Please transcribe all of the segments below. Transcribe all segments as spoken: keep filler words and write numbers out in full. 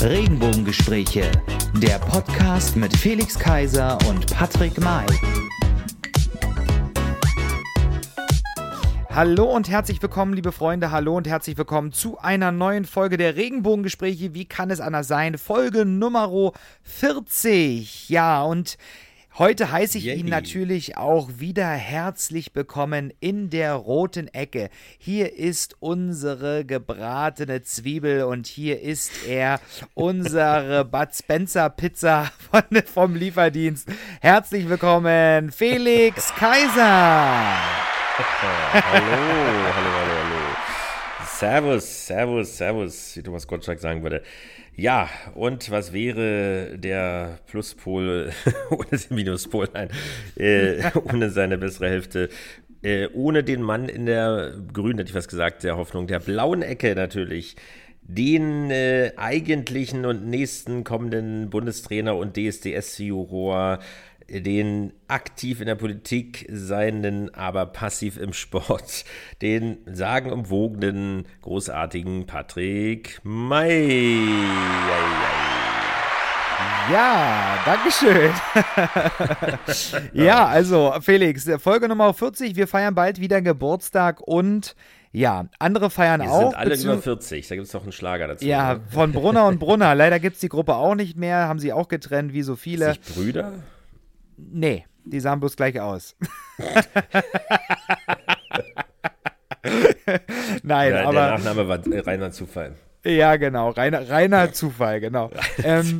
Regenbogengespräche, der Podcast mit Felix Kaiser und Patrick May. Hallo und herzlich willkommen, liebe Freunde, hallo und herzlich willkommen zu einer neuen Folge der Regenbogengespräche. Wie kann es anders sein? Folge Nummer vierzig. Ja, und heute heiße ich Yay. ihn natürlich auch wieder herzlich willkommen in der roten Ecke. Hier ist unsere gebratene Zwiebel und hier ist er, unsere Bud Spencer Pizza von, vom Lieferdienst. Herzlich willkommen, Felix Kaiser. hallo, hallo, hallo, hallo. Servus, servus, servus, wie Thomas Gottschalk sagen würde. Ja, und was wäre der Pluspol ohne den Minuspol, nein, äh, ohne seine bessere Hälfte, äh, ohne den Mann in der grünen, hätte ich was gesagt, der Hoffnung, der blauen Ecke natürlich, den äh, eigentlichen und nächsten kommenden Bundestrainer und D S D S-Juror, den aktiv in der Politik seienden, aber passiv im Sport, den sagenumwogenen, großartigen Patrick May. Ja, dankeschön. Ja, also Felix, Folge Nummer vierzig, wir feiern bald wieder Geburtstag und ja, andere feiern Wir auch. Wir sind alle bezieh- über vierzig, da gibt es doch einen Schlager dazu. Ja, ne? von Brunner und Brunner. Leider gibt es die Gruppe auch nicht mehr, haben sie auch getrennt, wie so viele. Ist nicht Brüder? Nee, die sahen bloß gleich aus. Nein, Ja, aber... der Nachname war äh, reiner Zufall. Ja, genau, reiner, reiner Zufall, genau. Ähm,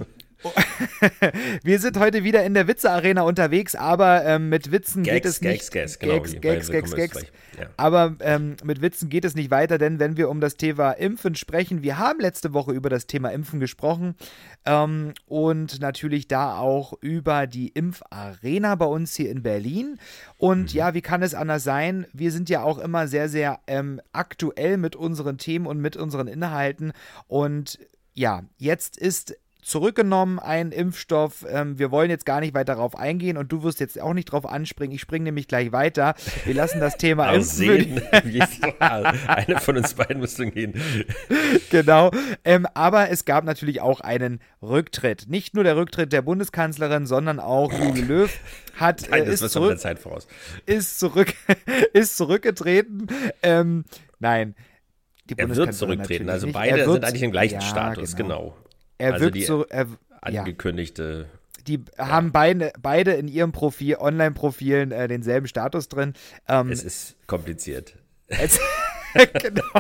wir sind heute wieder in der Witze-Arena unterwegs, aber ähm, mit Witzen Gags, geht es Gags, nicht. Gags, genau, Gags, wie Gags, bei Gags, Willkommen Gags. ist gleich, ja. Aber ähm, mit Witzen geht es nicht weiter, denn wenn wir um das Thema Impfen sprechen, wir haben letzte Woche über das Thema Impfen gesprochen ähm, und natürlich da auch über die Impfarena bei uns hier in Berlin. Und Mhm. ja, wie kann es anders sein? Wir sind ja auch immer sehr, sehr ähm, aktuell mit unseren Themen und mit unseren Inhalten. Und ja, jetzt ist zurückgenommen, ein Impfstoff. Ähm, wir wollen jetzt gar nicht weiter darauf eingehen und du wirst jetzt auch nicht drauf anspringen. Ich springe nämlich gleich weiter. Wir lassen das Thema Mal Impfen für die- sehen, wie es eine von uns beiden müsste gehen. Genau. Ähm, aber es gab natürlich auch einen Rücktritt. Nicht nur der Rücktritt der Bundeskanzlerin, sondern auch Jogi Löw hat, Nein, äh, das ist, wird von der zurück, Zeit voraus. ist, zurück, ist zurückgetreten. Ähm, nein. Die Er wird Bundeskanzlerin zurücktreten. natürlich Also nicht. beide Er wird- sind eigentlich im gleichen ja, Status, genau. genau. Er Also wird die so, er, ja. angekündigte. Die haben beide, beide in ihrem Profil, Online-Profilen äh, denselben Status drin. Ähm, Es ist kompliziert. es, genau.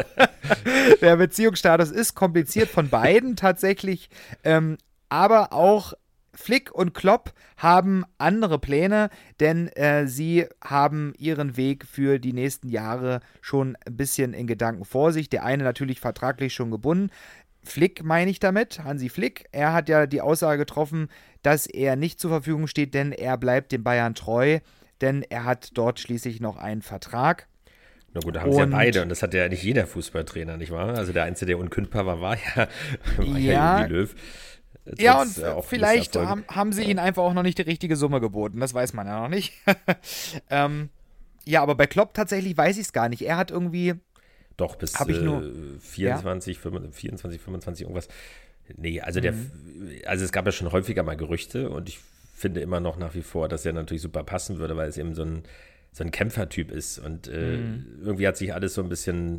Der Beziehungsstatus ist kompliziert von beiden tatsächlich. Ähm, aber auch Flick und Klopp haben andere Pläne, denn äh, sie haben ihren Weg für die nächsten Jahre schon ein bisschen in Gedanken vor sich. Der eine natürlich vertraglich schon gebunden. Flick meine ich damit, Hansi Flick. Er hat ja die Aussage getroffen, dass er nicht zur Verfügung steht, denn er bleibt den Bayern treu, denn er hat dort schließlich noch einen Vertrag. Na gut, da haben sie ja Und- beide und das hat ja nicht jeder Fußballtrainer, nicht wahr? Also der Einzige, der unkündbar war, war ja, war Ja. ja Jogi Löw. Ja, Trotz, und äh, auch vielleicht Misserfolge. haben, haben sie ihnen einfach auch noch nicht die richtige Summe geboten. Das weiß man ja noch nicht. ähm, ja, aber bei Klopp tatsächlich weiß ich es gar nicht. Er hat irgendwie, Doch, bis Hab ich nur- äh, vierundzwanzig, fünfundzwanzig, vierundzwanzig, fünfundzwanzig, irgendwas. Nee, also der, Mhm. also es gab ja schon häufiger mal Gerüchte und ich finde immer noch nach wie vor, dass er natürlich super passen würde, weil es eben so ein, so ein Kämpfertyp ist und äh, Mhm. irgendwie hat sich alles so ein bisschen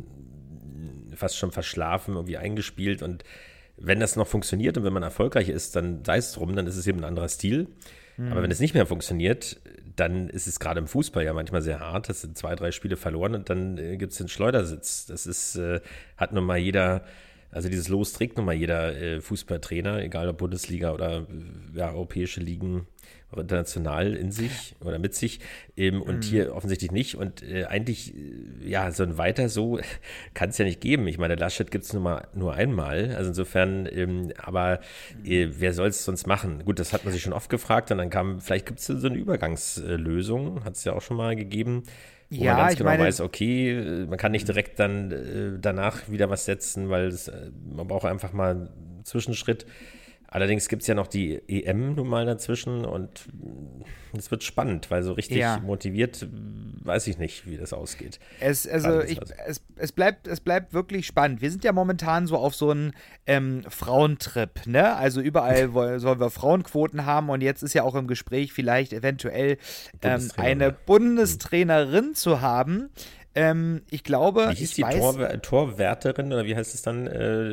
fast schon verschlafen, irgendwie eingespielt und wenn das noch funktioniert und wenn man erfolgreich ist, dann sei es drum, dann ist es eben ein anderer Stil. Aber wenn es nicht mehr funktioniert, dann ist es gerade im Fußball ja manchmal sehr hart. Das sind zwei, drei Spiele verloren und dann äh, gibt es den Schleudersitz. Das ist, äh, hat nun mal jeder, also dieses Los trägt nun mal jeder äh, Fußballtrainer, egal ob Bundesliga oder äh, ja, europäische Ligen, auch international in sich oder mit sich ähm, und hier offensichtlich nicht. Und äh, eigentlich, äh, ja, so ein Weiter so kann es ja nicht geben. Ich meine, Laschet gibt es nur mal nur einmal. Also insofern, ähm, aber äh, wer soll es sonst machen? Gut, das hat man sich schon oft gefragt und dann kam, vielleicht gibt es so eine Übergangslösung, hat es ja auch schon mal gegeben. Wo Ja, man ganz ich genau meine- weiß, okay, äh, man kann nicht direkt dann äh, danach wieder was setzen, weil es, äh, man braucht einfach mal einen Zwischenschritt. Allerdings gibt es ja noch die E M nun mal dazwischen und es wird spannend, weil so richtig Ja. motiviert weiß ich nicht, wie das ausgeht. Es, also ich, es, es, bleibt, es bleibt wirklich spannend. Wir sind ja momentan so auf so einem ähm, Frauentrip, ne? Also überall wollen, sollen wir Frauenquoten haben und jetzt ist ja auch im Gespräch vielleicht eventuell ähm, eine Bundestrainerin zu haben. Ähm, ich glaube, wie hieß ich die weiß, Tor, Torwärterin oder wie heißt es dann? Äh,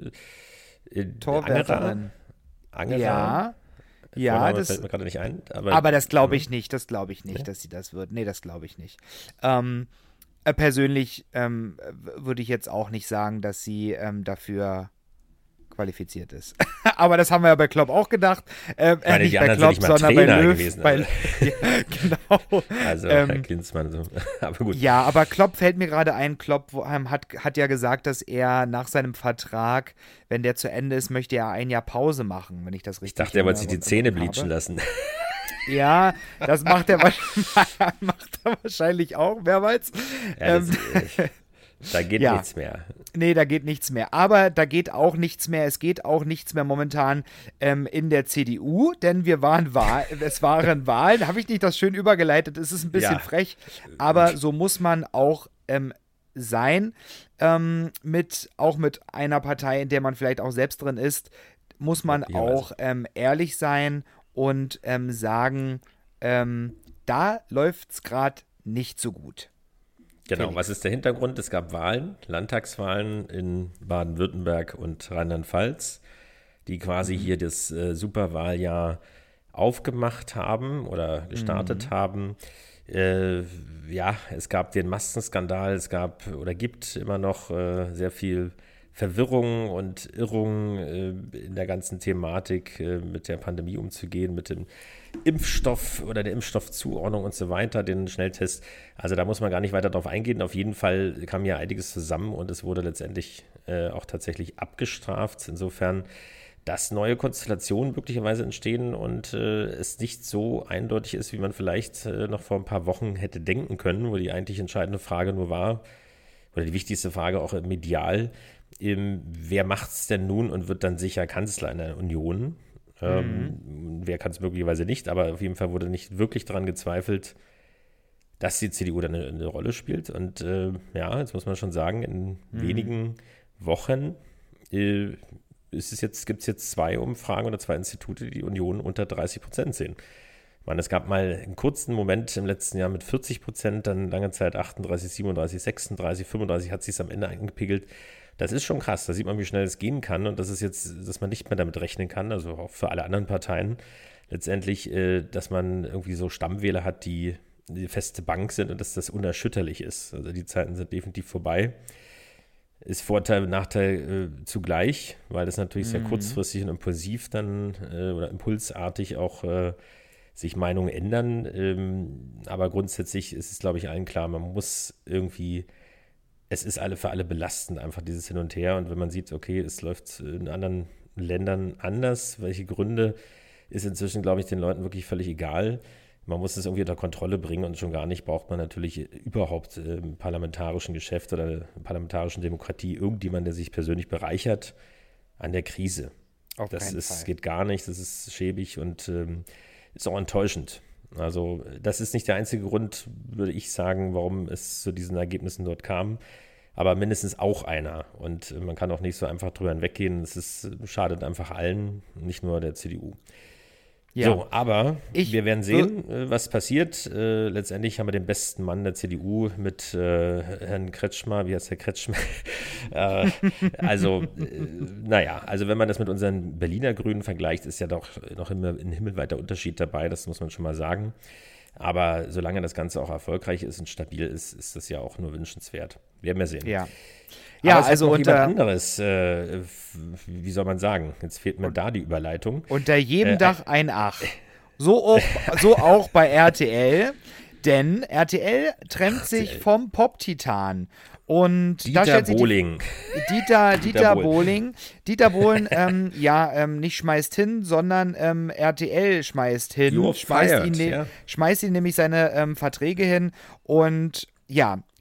äh, Torwärterin. Angera? Ja. Ja, das fällt mir gerade nicht ein. Aber, aber das glaube ich nicht, das glaube ich nicht, nee? dass sie das wird. Nee, das glaube ich nicht. Ähm, äh, persönlich ähm, würde ich jetzt auch nicht sagen, dass sie ähm, dafür qualifiziert ist. Aber das haben wir ja bei Klopp auch gedacht. Ähm, äh, nicht die bei Klopp, sondern Trainer bei Löw. Gewesen, bei, ja, genau. Also ähm, Herr Klinsmann. So. Aber gut. Ja, aber Klopp fällt mir gerade ein. Klopp ähm, hat, hat ja gesagt, dass er nach seinem Vertrag, wenn der zu Ende ist, möchte er ein Jahr Pause machen, wenn ich das richtig Ich dachte, er wollte sich die Zähne bleachen lassen. Ja, das macht er, macht er wahrscheinlich auch, wer weiß. Ja, das, äh, da geht ja. nichts mehr. Nee, da geht nichts mehr. Aber da geht auch nichts mehr. Es geht auch nichts mehr momentan ähm, in der C D U, denn wir waren Wahl, es waren Wahlen. Habe ich nicht das schön übergeleitet? Es ist ein bisschen ja. frech, aber so muss man auch ähm, sein. Ähm, mit, auch mit einer Partei, in der man vielleicht auch selbst drin ist, muss man ja, auch ähm, ehrlich sein und ähm, sagen, ähm, da läuft es gerade nicht so gut. Genau, Felix. Was ist der Hintergrund? Es gab Wahlen, Landtagswahlen in Baden-Württemberg und Rheinland-Pfalz, die quasi mhm. hier das äh, Superwahljahr aufgemacht haben oder gestartet mhm. haben. Äh, ja, es gab den Maskenskandal, es gab oder gibt immer noch äh, sehr viel Verwirrung und Irrung äh, in der ganzen Thematik, äh, mit der Pandemie umzugehen, mit dem Impfstoff oder der Impfstoffzuordnung und so weiter, den Schnelltest. Also da muss man gar nicht weiter drauf eingehen. Auf jeden Fall kam ja einiges zusammen und es wurde letztendlich äh, auch tatsächlich abgestraft. Insofern, dass neue Konstellationen möglicherweise entstehen und äh, es nicht so eindeutig ist, wie man vielleicht äh, noch vor ein paar Wochen hätte denken können, wo die eigentlich entscheidende Frage nur war, oder die wichtigste Frage auch medial, ähm, wer macht es denn nun und wird dann sicher Kanzler in der Union? Ähm, mhm. Wer kann es möglicherweise nicht, aber auf jeden Fall wurde nicht wirklich daran gezweifelt, dass die C D U da eine, eine Rolle spielt. Und äh, ja, jetzt muss man schon sagen, in mhm. wenigen Wochen äh, ist es jetzt, gibt es jetzt zwei Umfragen oder zwei Institute, die die Union unter dreißig Prozent sehen. Ich meine, es gab mal einen kurzen Moment im letzten Jahr mit vierzig Prozent, dann lange Zeit achtunddreißig, siebenunddreißig, sechsunddreißig, fünfunddreißig, hat sich am Ende eingepegelt. Das ist schon krass, da sieht man, wie schnell es gehen kann und das ist jetzt, dass man nicht mehr damit rechnen kann, also auch für alle anderen Parteien letztendlich, äh, dass man irgendwie so Stammwähler hat, die die feste Bank sind und dass das unerschütterlich ist. Also die Zeiten sind definitiv vorbei. Ist Vorteil, Nachteil äh, zugleich, weil das natürlich mhm. sehr kurzfristig und impulsiv dann äh, oder impulsartig auch äh, sich Meinungen ändern. Ähm, aber grundsätzlich ist es, glaube ich, allen klar, man muss irgendwie, es ist alle für alle belastend, einfach dieses Hin und Her. Und wenn man sieht, okay, es läuft in anderen Ländern anders, welche Gründe, ist inzwischen, glaube ich, den Leuten wirklich völlig egal. Man muss es irgendwie unter Kontrolle bringen und schon gar nicht braucht man natürlich überhaupt im parlamentarischen Geschäft oder in der parlamentarischen Demokratie irgendjemand, der sich persönlich bereichert an der Krise. Auf das keinen ist, Fall. geht gar nicht, das ist schäbig und ähm, ist auch enttäuschend. Also das ist nicht der einzige Grund, würde ich sagen, warum es zu diesen Ergebnissen dort kam, aber mindestens auch einer. Und man kann auch nicht so einfach drüber hinweggehen. Es ist, schadet einfach allen, nicht nur der C D U. Ja. So, aber ich, wir werden sehen, äh, was passiert. Äh, letztendlich haben wir den besten Mann der C D U mit äh, Herrn Kretschmer. Wie heißt Herr Kretschmer? äh, also, äh, naja, also wenn man das mit unseren Berliner Grünen vergleicht, ist ja doch noch immer ein himmelweiter Unterschied dabei. Das muss man schon mal sagen. Aber solange das Ganze auch erfolgreich ist und stabil ist, ist das ja auch nur wünschenswert. Werden wir sehen. Ja. Ja, aber es also hat noch unter jemand anderes, äh, wie soll man sagen, jetzt fehlt mir da die Überleitung. Unter jedem äh, Dach ein Ach. So auch, so auch bei R T L, denn R T L trennt Ach, sich vom Pop-Titan. Und Dieter da stellt sich Bohling. Die, Dieter, Dieter, Dieter Bohlen. Bohling. Dieter Bohlen, ähm, ja, ähm, nicht schmeißt hin, sondern ähm, R T L schmeißt hin. You're Schmeißt fired, ihn, ne- ja. schmeißt ihn nämlich seine ähm, Verträge hin. Und ja,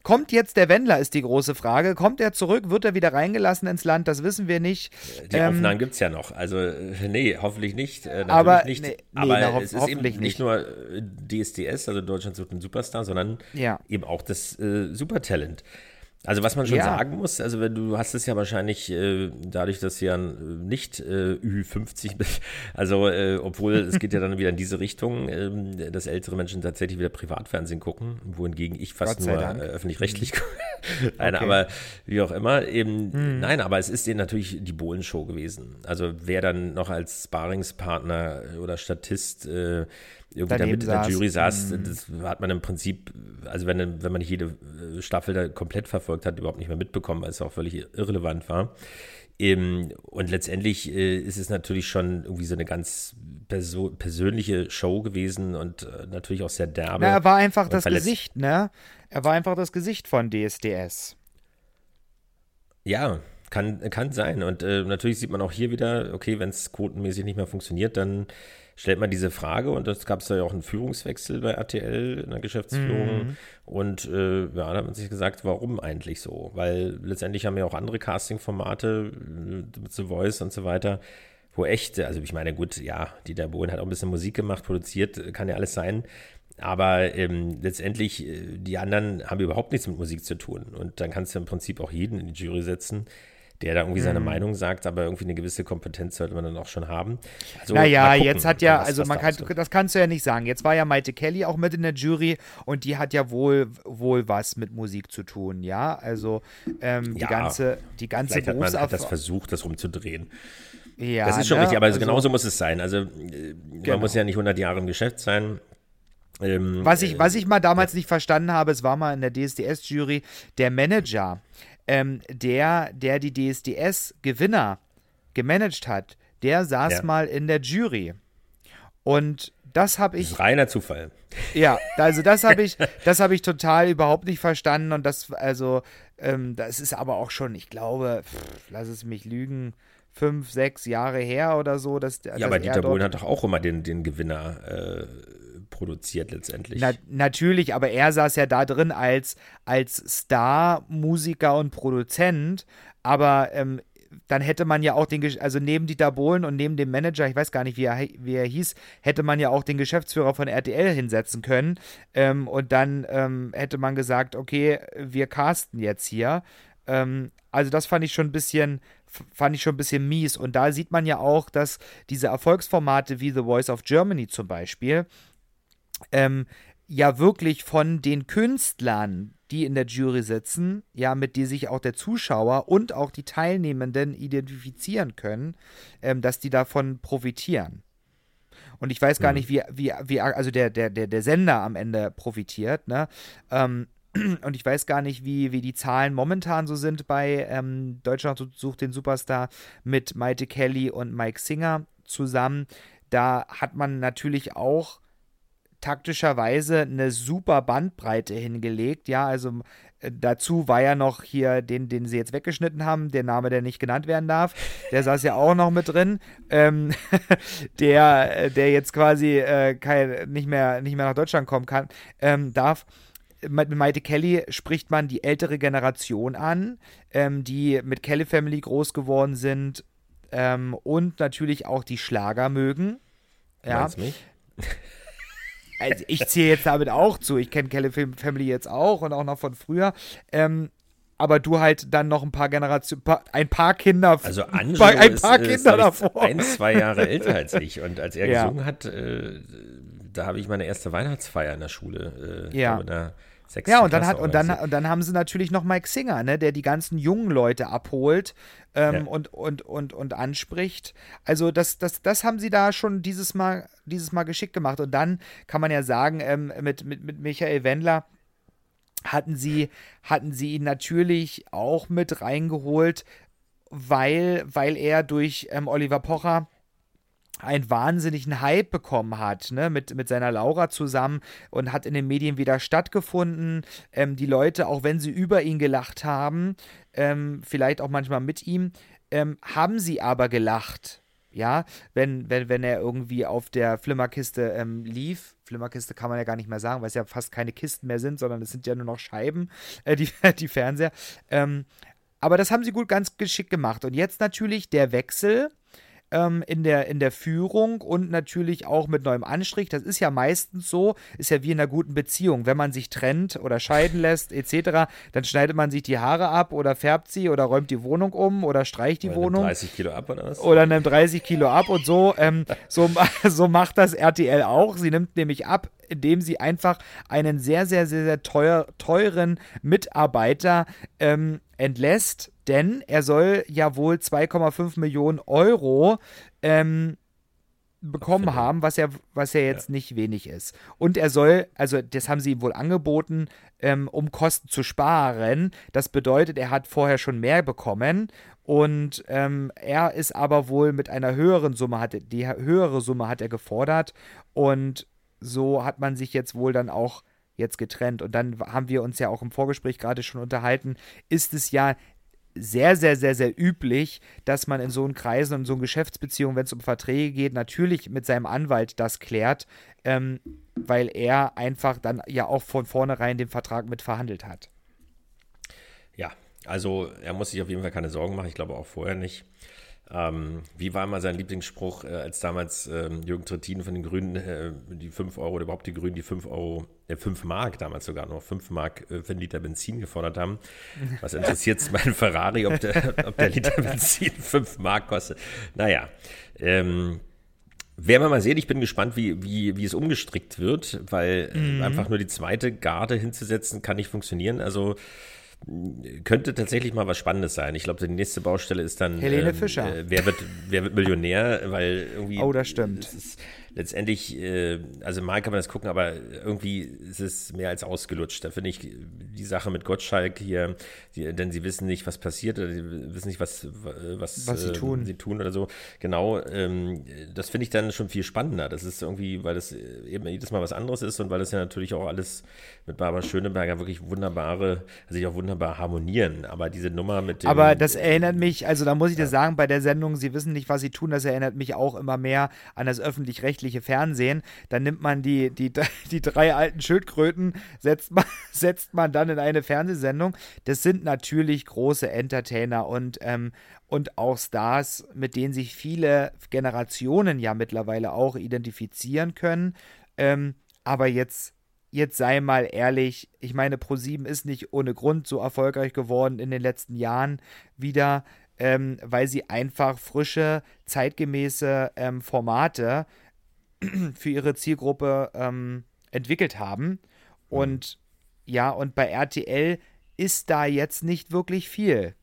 kommt jetzt der Wendler, ist die große Frage. Kommt er zurück? Wird er wieder reingelassen ins Land? Das wissen wir nicht. Die ähm, Aufnahmen gibt es ja noch. Also, nee, hoffentlich nicht. Äh, natürlich aber nicht. Nee, nee, aber na, ho- es ist eben hoffentlich nicht nicht. nur D S D S, also Deutschland sucht einen Superstar, sondern Ja. eben auch das äh, Supertalent. Also was man schon Ja. sagen muss, also wenn du hast es ja wahrscheinlich äh, dadurch, dass du ja nicht äh, Ü fünfzig bist, also äh, obwohl es geht ja dann wieder in diese Richtung, ähm, dass ältere Menschen tatsächlich wieder Privatfernsehen gucken, wohingegen ich fast Gott sei nur Dank. äh, öffentlich-rechtlich gucke. Nein, Okay. aber wie auch immer, eben, Hm. nein, aber es ist eben natürlich die Bohlen-Show gewesen. Also wer dann noch als Sparingspartner oder Statist äh, irgendwie da Daneben mit in der saß. Jury saß, Mhm. das hat man im Prinzip, also wenn, wenn man nicht jede äh, Staffel da komplett verfolgt hat, überhaupt nicht mehr mitbekommen, weil es auch völlig irrelevant war. Ähm, und letztendlich äh, ist es natürlich schon irgendwie so eine ganz perso- persönliche Show gewesen und äh, natürlich auch sehr derbe. Na, er war einfach und das verletzt- Gesicht, ne? Er war einfach das Gesicht von D S D S. Ja, kann, kann sein. Und äh, natürlich sieht man auch hier wieder, okay, wenn es quotenmäßig nicht mehr funktioniert, dann stellt man diese Frage und es gab ja auch einen Führungswechsel bei R T L in der Geschäftsführung Mhm. und äh, ja, da hat man sich gesagt, warum eigentlich so? Weil letztendlich haben ja auch andere Casting-Formate, äh, mit The Voice und so weiter, wo echte, also ich meine, gut, ja, Dieter Bohlen hat auch ein bisschen Musik gemacht, produziert, kann ja alles sein, aber ähm, letztendlich, äh, die anderen haben überhaupt nichts mit Musik zu tun und dann kannst du im Prinzip auch jeden in die Jury setzen, der da irgendwie seine Mhm. Meinung sagt, aber irgendwie eine gewisse Kompetenz sollte man dann auch schon haben. Also, mal Naja, gucken, jetzt hat ja, was- also was man da kann, rauskommt. das kannst du ja nicht sagen. Jetzt war ja Maite Kelly auch mit in der Jury und die hat ja wohl, wohl was mit Musik zu tun, ja. Also ähm, die Ja, ganze, die ganze Vielleicht hat man hat das Berufserfahrung. versucht, das rumzudrehen. Ja, das ist schon ne? richtig, aber Also, genauso muss es sein. Also äh, Genau. man muss ja nicht hundert Jahre im Geschäft sein. Ähm, Was ich, äh, was ich mal damals nicht verstanden habe, es war mal in der D S D S-Jury, der Manager, ähm, der, der die D S D S-Gewinner gemanagt hat, der saß Ja. mal in der Jury. Und das habe das ich, ist reiner Zufall. ja, also das habe ich, das habe ich total überhaupt nicht verstanden. Und das, also, ähm, das ist aber auch schon, ich glaube, pff, lass es mich lügen, fünf, sechs Jahre her oder so. Dass, Ja, dass aber er Dieter dort- Bohlen hat doch auch immer den, den Gewinner äh, produziert letztendlich. Na, natürlich, aber er saß ja da drin als, als Star, Musiker und Produzent, aber ähm, dann hätte man ja auch den, Gesch- also neben Dieter Bohlen und neben dem Manager, ich weiß gar nicht, wie er, wie er hieß, hätte man ja auch den Geschäftsführer von R T L hinsetzen können ähm, und dann ähm, hätte man gesagt, okay, wir casten jetzt hier. Ähm, also das fand ich schon ein bisschen, f- fand ich schon ein bisschen mies und da sieht man ja auch, dass diese Erfolgsformate wie The Voice of Germany zum Beispiel ähm, ja wirklich von den Künstlern, die in der Jury sitzen, ja, mit die sich auch der Zuschauer und auch die Teilnehmenden identifizieren können, ähm, dass die davon profitieren. Und ich weiß gar Mhm. nicht, wie, wie, wie, also der, der, der, der Sender am Ende profitiert, ne? Ähm, und ich weiß gar nicht, wie, wie die Zahlen momentan so sind bei ähm, Deutschland sucht den Superstar mit Maite Kelly und Mike Singer zusammen. Da hat man natürlich auch taktischerweise eine super Bandbreite hingelegt. Ja, also äh, dazu war ja noch hier, den, den sie jetzt weggeschnitten haben, der Name, der nicht genannt werden darf, der saß ja auch noch mit drin, ähm, der, der jetzt quasi äh, kein, nicht, mehr, nicht mehr nach Deutschland kommen kann, ähm, darf. Mit Maite Kelly spricht man die ältere Generation an, ähm, die mit Kelly Family groß geworden sind ähm, und natürlich auch die Schlager mögen. Ja, Meinst du mich? also ich zähle jetzt damit auch zu. Ich kenne Kelly Family jetzt auch und auch noch von früher. Ähm, aber du halt dann noch ein paar Generationen, ein paar Kinder, Also Angelo bei ein ist, paar ist, Kinder glaub ich, davor. ein, zwei Jahre älter als ich. Und als er Ja. gesungen hat, äh, da habe ich meine erste Weihnachtsfeier in der Schule. Äh, Ja. ich glaube, in der sechsten Ja, und dann Klasse hat und dann organisiert. und dann haben sie natürlich noch Mike Singer, ne, der die ganzen jungen Leute abholt ähm, Ja. und, und, und, und anspricht. Also das, das, das haben sie da schon dieses Mal, dieses Mal geschickt gemacht. Und dann kann man ja sagen, ähm, mit, mit, mit Michael Wendler hatten sie, hatten sie ihn natürlich auch mit reingeholt, weil, weil er durch ähm, Oliver Pocher einen wahnsinnigen Hype bekommen hat, ne, mit, mit seiner Laura zusammen und hat in den Medien wieder stattgefunden. Ähm, die Leute, auch wenn sie über ihn gelacht haben, ähm, vielleicht auch manchmal mit ihm, ähm, haben sie aber gelacht, ja, wenn, wenn, wenn er irgendwie auf der Flimmerkiste ähm, lief. Flimmerkiste kann man ja gar nicht mehr sagen, weil es ja fast keine Kisten mehr sind, sondern es sind ja nur noch Scheiben, äh, die, die Fernseher. Ähm, aber das haben sie gut ganz geschickt gemacht. Und jetzt natürlich der Wechsel ähm, in der, in der Führung und natürlich auch mit neuem Anstrich. Das ist ja meistens so, ist ja wie in einer guten Beziehung. Wenn man sich trennt oder scheiden lässt et cetera, dann schneidet man sich die Haare ab oder färbt sie oder räumt die Wohnung um oder streicht die oder Wohnung. Nimmt dreißig Kilo ab oder was? Oder nimmt dreißig Kilo ab und so, ähm, so, so macht das R T L auch. Sie nimmt nämlich ab, indem sie einfach einen sehr, sehr, sehr, sehr teuer, teuren Mitarbeiter ähm, entlässt, denn er soll ja wohl zwei Komma fünf Millionen Euro ähm, bekommen haben, was ja, was ja jetzt ja. nicht wenig ist. Und er soll, also das haben sie ihm wohl angeboten, ähm, um Kosten zu sparen. Das bedeutet, er hat vorher schon mehr bekommen und ähm, er ist aber wohl mit einer höheren Summe, hat, die höhere Summe hat er gefordert und so hat man sich jetzt wohl dann auch jetzt getrennt. Und dann haben wir uns ja auch im Vorgespräch gerade schon unterhalten, ist es ja sehr, sehr, sehr, sehr üblich, dass man in so einen Kreisen und in so einen Geschäftsbeziehungen, wenn es um Verträge geht, natürlich mit seinem Anwalt das klärt, ähm, weil er einfach dann ja auch von vornherein den Vertrag mit verhandelt hat. Ja, also er muss sich auf jeden Fall keine Sorgen machen, ich glaube auch vorher nicht. Ähm, wie war mal sein Lieblingsspruch, äh, als damals ähm, Jürgen Trittin von den Grünen äh, die fünf Euro oder überhaupt die Grünen die fünf Euro, äh, fünf Mark damals sogar noch, fünf Mark äh, für einen Liter Benzin gefordert haben. Was interessiert es meinen Ferrari, ob der, ob der Liter Benzin fünf Mark kostet? Naja, ähm, werden wir mal sehen. Ich bin gespannt, wie, wie, wie es umgestrickt wird, weil mhm. äh, einfach nur die zweite Garde hinzusetzen, kann nicht funktionieren. Also könnte tatsächlich mal was Spannendes sein. Ich glaube, die nächste Baustelle ist dann Helene ähm, Fischer. Äh, wer, wird, wer wird Millionär, weil irgendwie oh, das stimmt. Es ist letztendlich, äh, also mal kann man das gucken, aber irgendwie ist es mehr als ausgelutscht. Da finde ich die Sache mit Gottschalk hier, die, denn sie wissen nicht, was passiert, oder sie wissen nicht, was, was, was sie, äh, tun. sie tun oder so. Genau, ähm, das finde ich dann schon viel spannender. Das ist irgendwie, weil das eben jedes Mal was anderes ist und weil das ja natürlich auch alles mit Barbara Schöneberger wirklich wunderbare, also sich auch wunderbar harmonieren. Aber diese Nummer mit dem... Aber das erinnert mich, also da muss ich dir sagen, bei der Sendung, Sie wissen nicht, was Sie tun, das erinnert mich auch immer mehr an das öffentlich-rechtliche Fernsehen. Dann nimmt man die, die, die drei alten Schildkröten, setzt man, setzt man dann in eine Fernsehsendung. Das sind natürlich große Entertainer und, ähm, und auch Stars, mit denen sich viele Generationen ja mittlerweile auch identifizieren können. Ähm, aber jetzt Jetzt sei mal ehrlich, ich meine, ProSieben ist nicht ohne Grund so erfolgreich geworden in den letzten Jahren wieder, ähm, weil sie einfach frische, zeitgemäße ähm, Formate für ihre Zielgruppe ähm, entwickelt haben. Und mhm. ja, und bei R T L ist da jetzt nicht wirklich viel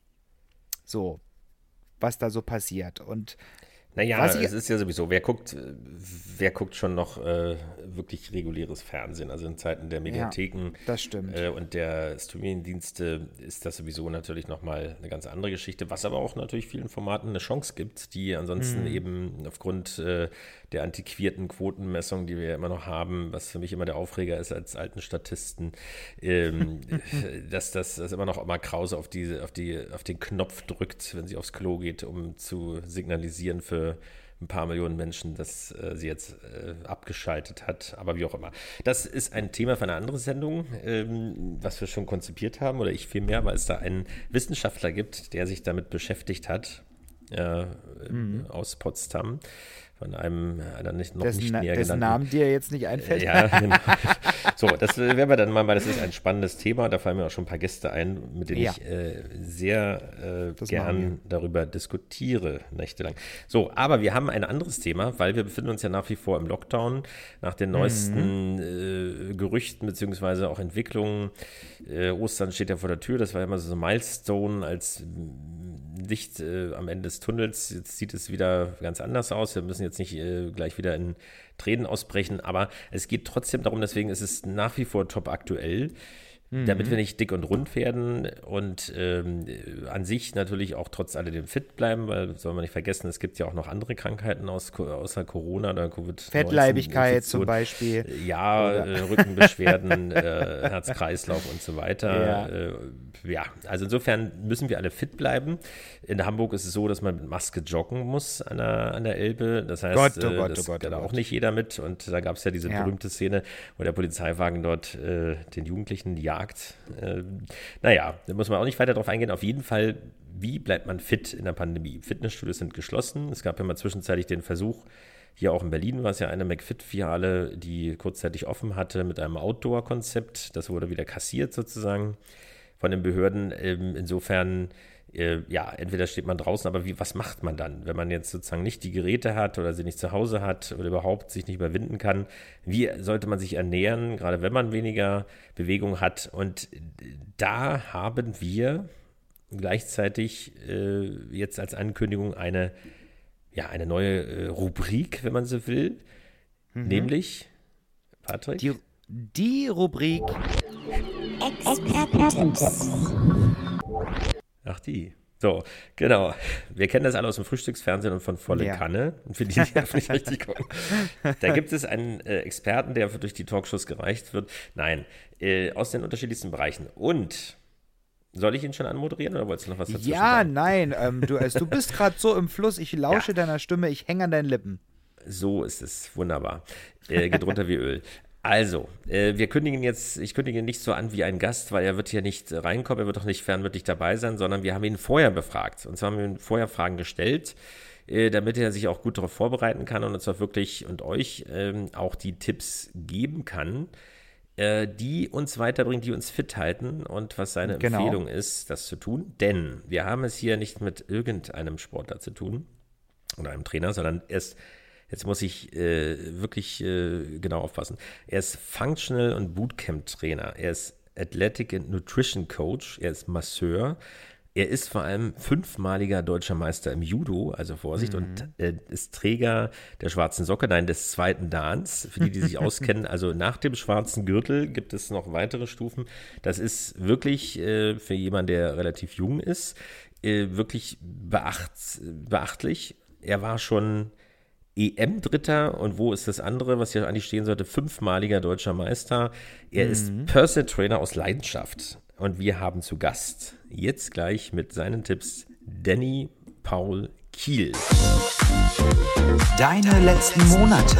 so, was da so passiert. Und Naja, es ist ja sowieso, wer guckt, wer guckt schon noch äh, wirklich reguläres Fernsehen? Also in Zeiten der Mediatheken ja, das stimmt. Äh, und der Streaming-Dienste ist das sowieso natürlich nochmal eine ganz andere Geschichte, was aber auch natürlich vielen Formaten eine Chance gibt, die ansonsten mhm. eben aufgrund äh, der antiquierten Quotenmessung, die wir ja immer noch haben, was für mich immer der Aufreger ist als alten Statisten, ähm, dass das dass immer noch Oma Krause auf, diese, auf, die, auf den Knopf drückt, wenn sie aufs Klo geht, um zu signalisieren für ein paar Millionen Menschen, dass äh, sie jetzt äh, abgeschaltet hat, aber wie auch immer. Das ist ein Thema für eine andere Sendung, ähm, was wir schon konzipiert haben, oder ich vielmehr, weil es da einen Wissenschaftler gibt, der sich damit beschäftigt hat, äh, mhm. aus Potsdam, von einem einer nicht, noch dessen, nicht näher dessen genannten Namen dir jetzt nicht einfällt. Ja, genau. So, das werden wir dann mal, weil das ist ein spannendes Thema, da fallen mir auch schon ein paar Gäste ein, mit denen ja. ich äh, sehr äh, gern darüber diskutiere, nächtelang. So, aber wir haben ein anderes Thema, weil wir befinden uns ja nach wie vor im Lockdown, nach den neuesten mhm. äh, Gerüchten beziehungsweise auch Entwicklungen. Äh, Ostern steht ja vor der Tür, das war ja immer so ein Milestone als Licht äh, am Ende des Tunnels. Jetzt sieht es wieder ganz anders aus. Wir müssen jetzt nicht äh, gleich wieder in Tränen ausbrechen, aber es geht trotzdem darum, deswegen ist es nach wie vor top aktuell. damit wir nicht dick und rund werden und ähm, an sich natürlich auch trotz alledem fit bleiben, weil, soll man nicht vergessen, es gibt ja auch noch andere Krankheiten aus, außer Corona oder Covid. Fettleibigkeit zum Beispiel. Ja, äh, Rückenbeschwerden, äh, Herz-Kreislauf und so weiter. Ja. Äh, ja, also insofern müssen wir alle fit bleiben. In Hamburg ist es so, dass man mit Maske joggen muss an der, an der Elbe. Das heißt, Gott, oh äh, Gott, das oh Gott, geht oh auch Gott. nicht jeder mit. Und da gab es ja diese Ja. berühmte Szene, wo der Polizeiwagen dort äh, den Jugendlichen jagt. Äh, naja, da muss man auch nicht weiter drauf eingehen. Auf jeden Fall, wie bleibt man fit in der Pandemie? Fitnessstudios sind geschlossen. Es gab ja mal zwischenzeitlich den Versuch, hier auch in Berlin war es ja eine McFit-Filiale, die kurzzeitig offen hatte mit einem Outdoor-Konzept. Das wurde wieder kassiert sozusagen von den Behörden. Ähm, insofern, äh, ja, entweder steht man draußen, aber wie, was macht man dann, wenn man jetzt sozusagen nicht die Geräte hat oder sie nicht zu Hause hat oder überhaupt sich nicht überwinden kann? Wie sollte man sich ernähren, gerade wenn man weniger Bewegung hat? Und da haben wir gleichzeitig äh, jetzt als Ankündigung eine, ja, eine neue äh, Rubrik, wenn man so will, Mhm. nämlich, Patrick? Die, die Rubrik Ach, die. So, genau. Wir kennen das alle aus dem Frühstücksfernsehen und von Volle Ja. Kanne. Und für die, die einfach nicht richtig gucken. Da gibt es einen äh, Experten, der durch die Talkshows gereicht wird. Nein, äh, aus den unterschiedlichsten Bereichen. Und soll ich ihn schon anmoderieren oder wolltest du noch was dazu Ja, sagen? nein, ähm, du, also, du bist gerade so im Fluss, ich lausche deiner Stimme, ich hänge an deinen Lippen. So ist es. Wunderbar. Äh, geht runter wie Öl. Also, äh, wir kündigen jetzt, ich kündige ihn nicht so an wie ein Gast, weil er wird hier nicht äh, reinkommen, er wird auch nicht fernmündlich dabei sein, sondern wir haben ihn vorher befragt. Und zwar haben wir ihm vorher Fragen gestellt, äh, damit er sich auch gut darauf vorbereiten kann und uns auch wirklich und euch ähm, auch die Tipps geben kann, äh, die uns weiterbringen, die uns fit halten und was seine Genau. Empfehlung ist, das zu tun. Denn wir haben es hier nicht mit irgendeinem Sportler zu tun oder einem Trainer, sondern erst Jetzt muss ich äh, wirklich äh, genau aufpassen. Er ist Functional- und Bootcamp-Trainer. Er ist Athletic and Nutrition Coach. Er ist Masseur. Er ist vor allem fünfmaliger deutscher Meister im Judo, also Vorsicht, Mhm. und äh, ist Träger der schwarzen Socke, nein, des zweiten Dans. Für die, die sich auskennen, also nach dem schwarzen Gürtel gibt es noch weitere Stufen. Das ist wirklich äh, für jemanden, der relativ jung ist, äh, wirklich beacht, beachtlich. Er war schon E M-Dritter und wo ist das andere, was hier eigentlich stehen sollte? Fünfmaliger deutscher Meister. Er Mhm. ist Personal Trainer aus Leidenschaft. Und wir haben zu Gast jetzt gleich mit seinen Tipps Danny Paul Kiel. Deine letzten Monate.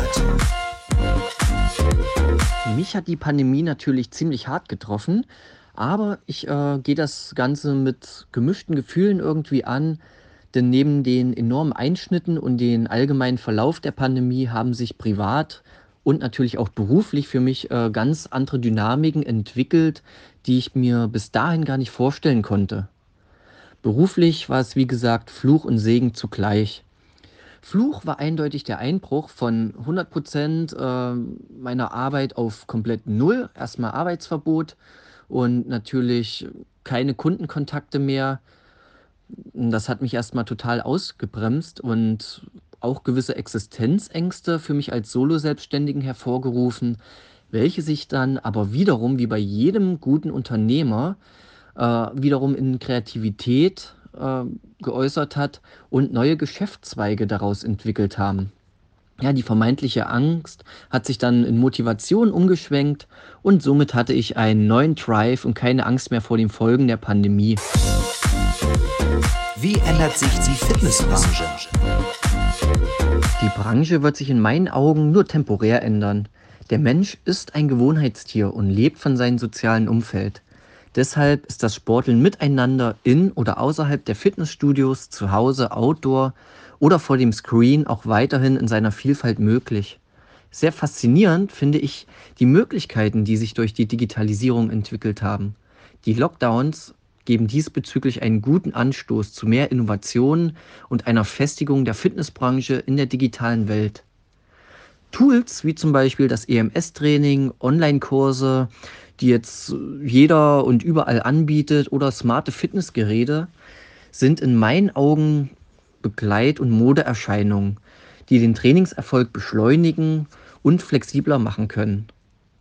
Mich hat die Pandemie natürlich ziemlich hart getroffen, aber ich äh, gehe das Ganze mit gemischten Gefühlen irgendwie an, denn neben den enormen Einschnitten und den allgemeinen Verlauf der Pandemie haben sich privat und natürlich auch beruflich für mich äh, ganz andere Dynamiken entwickelt, die ich mir bis dahin gar nicht vorstellen konnte. Beruflich war es wie gesagt Fluch und Segen zugleich. Fluch war eindeutig der Einbruch von hundert Prozent äh, meiner Arbeit auf komplett null. Erstmal Arbeitsverbot und natürlich keine Kundenkontakte mehr. Das hat mich erstmal total ausgebremst und auch gewisse Existenzängste für mich als Solo-Selbstständigen hervorgerufen, welche sich dann aber wiederum, wie bei jedem guten Unternehmer, äh, wiederum in Kreativität äh, geäußert hat und neue Geschäftszweige daraus entwickelt haben. Ja, die vermeintliche Angst hat sich dann in Motivation umgeschwenkt und somit hatte ich einen neuen Drive und keine Angst mehr vor den Folgen der Pandemie. Wie ändert sich die Fitnessbranche? Die Branche wird sich in meinen Augen nur temporär ändern. Der Mensch ist ein Gewohnheitstier und lebt von seinem sozialen Umfeld. Deshalb ist das Sporteln miteinander in oder außerhalb der Fitnessstudios, zu Hause, Outdoor oder vor dem Screen auch weiterhin in seiner Vielfalt möglich. Sehr faszinierend finde ich die Möglichkeiten, die sich durch die Digitalisierung entwickelt haben. Die Lockdowns geben diesbezüglich einen guten Anstoß zu mehr Innovationen und einer Festigung der Fitnessbranche in der digitalen Welt. Tools wie zum Beispiel das E M S-Training, Online-Kurse, die jetzt jeder und überall anbietet, oder smarte Fitnessgeräte, sind in meinen Augen Begleit- und Modeerscheinungen, die den Trainingserfolg beschleunigen und flexibler machen können.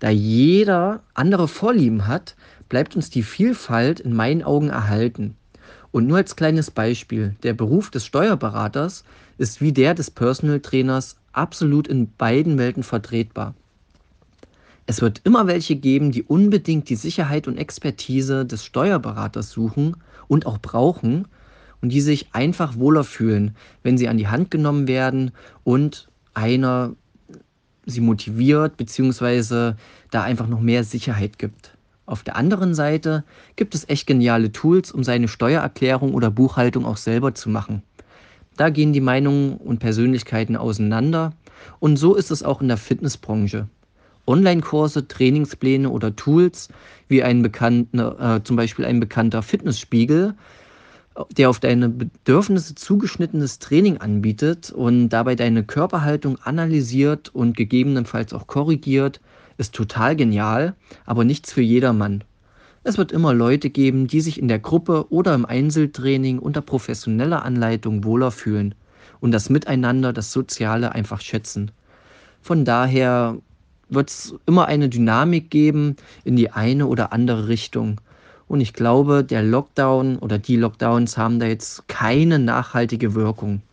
Da jeder andere Vorlieben hat, bleibt uns die Vielfalt in meinen Augen erhalten. Und nur als kleines Beispiel, der Beruf des Steuerberaters ist wie der des Personal Trainers absolut in beiden Welten vertretbar. Es wird immer welche geben, die unbedingt die Sicherheit und Expertise des Steuerberaters suchen und auch brauchen und die sich einfach wohler fühlen, wenn sie an die Hand genommen werden und einer sie motiviert bzw. da einfach noch mehr Sicherheit gibt. Auf der anderen Seite gibt es echt geniale Tools, um seine Steuererklärung oder Buchhaltung auch selber zu machen. Da gehen die Meinungen und Persönlichkeiten auseinander und so ist es auch in der Fitnessbranche. Online-Kurse, Trainingspläne oder Tools wie ein bekannter, äh, zum Beispiel ein bekannter Fitnessspiegel, der auf deine Bedürfnisse zugeschnittenes Training anbietet und dabei deine Körperhaltung analysiert und gegebenenfalls auch korrigiert, ist total genial, aber nichts für jedermann. Es wird immer Leute geben, die sich in der Gruppe oder im Einzeltraining unter professioneller Anleitung wohler fühlen und das Miteinander, das Soziale einfach schätzen. Von daher wird es immer eine Dynamik geben in die eine oder andere Richtung. Und ich glaube, der Lockdown oder die Lockdowns haben da jetzt keine nachhaltige Wirkung.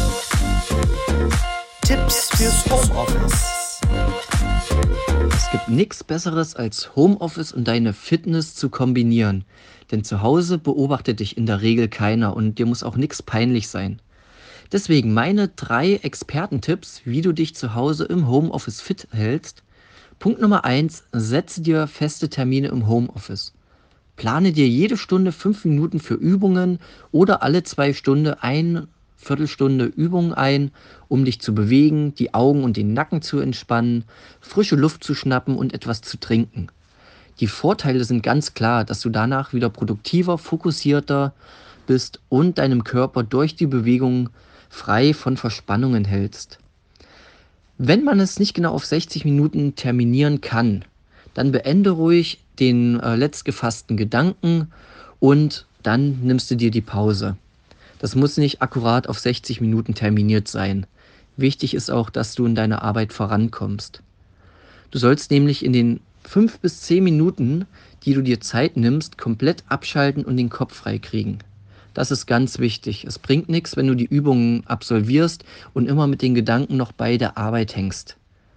Tipps fürs Homeoffice. Es gibt nichts Besseres als Homeoffice und deine Fitness zu kombinieren. Denn zu Hause beobachtet dich in der Regel keiner und dir muss auch nichts peinlich sein. Deswegen meine drei Expertentipps, wie du dich zu Hause im Homeoffice fit hältst. Punkt Nummer eins, setze dir feste Termine im Homeoffice. Plane dir jede Stunde fünf Minuten für Übungen oder alle zwei Stunden eine Viertelstunde Übungen ein, um dich zu bewegen, die Augen und den Nacken zu entspannen, frische Luft zu schnappen und etwas zu trinken. Die Vorteile sind ganz klar, dass du danach wieder produktiver, fokussierter bist und deinem Körper durch die Bewegung frei von Verspannungen hältst. Wenn man es nicht genau auf sechzig Minuten terminieren kann, dann beende ruhig den äh, letztgefassten Gedanken und dann nimmst du dir die Pause. Das muss nicht akkurat auf sechzig Minuten terminiert sein. Wichtig ist auch, dass du in deiner Arbeit vorankommst. Du sollst nämlich in den fünf bis zehn Minuten, die du dir Zeit nimmst, komplett abschalten und den Kopf frei kriegen. Das ist ganz wichtig. Es bringt nichts, wenn du die Übungen absolvierst und immer mit den Gedanken noch bei der Arbeit hängst.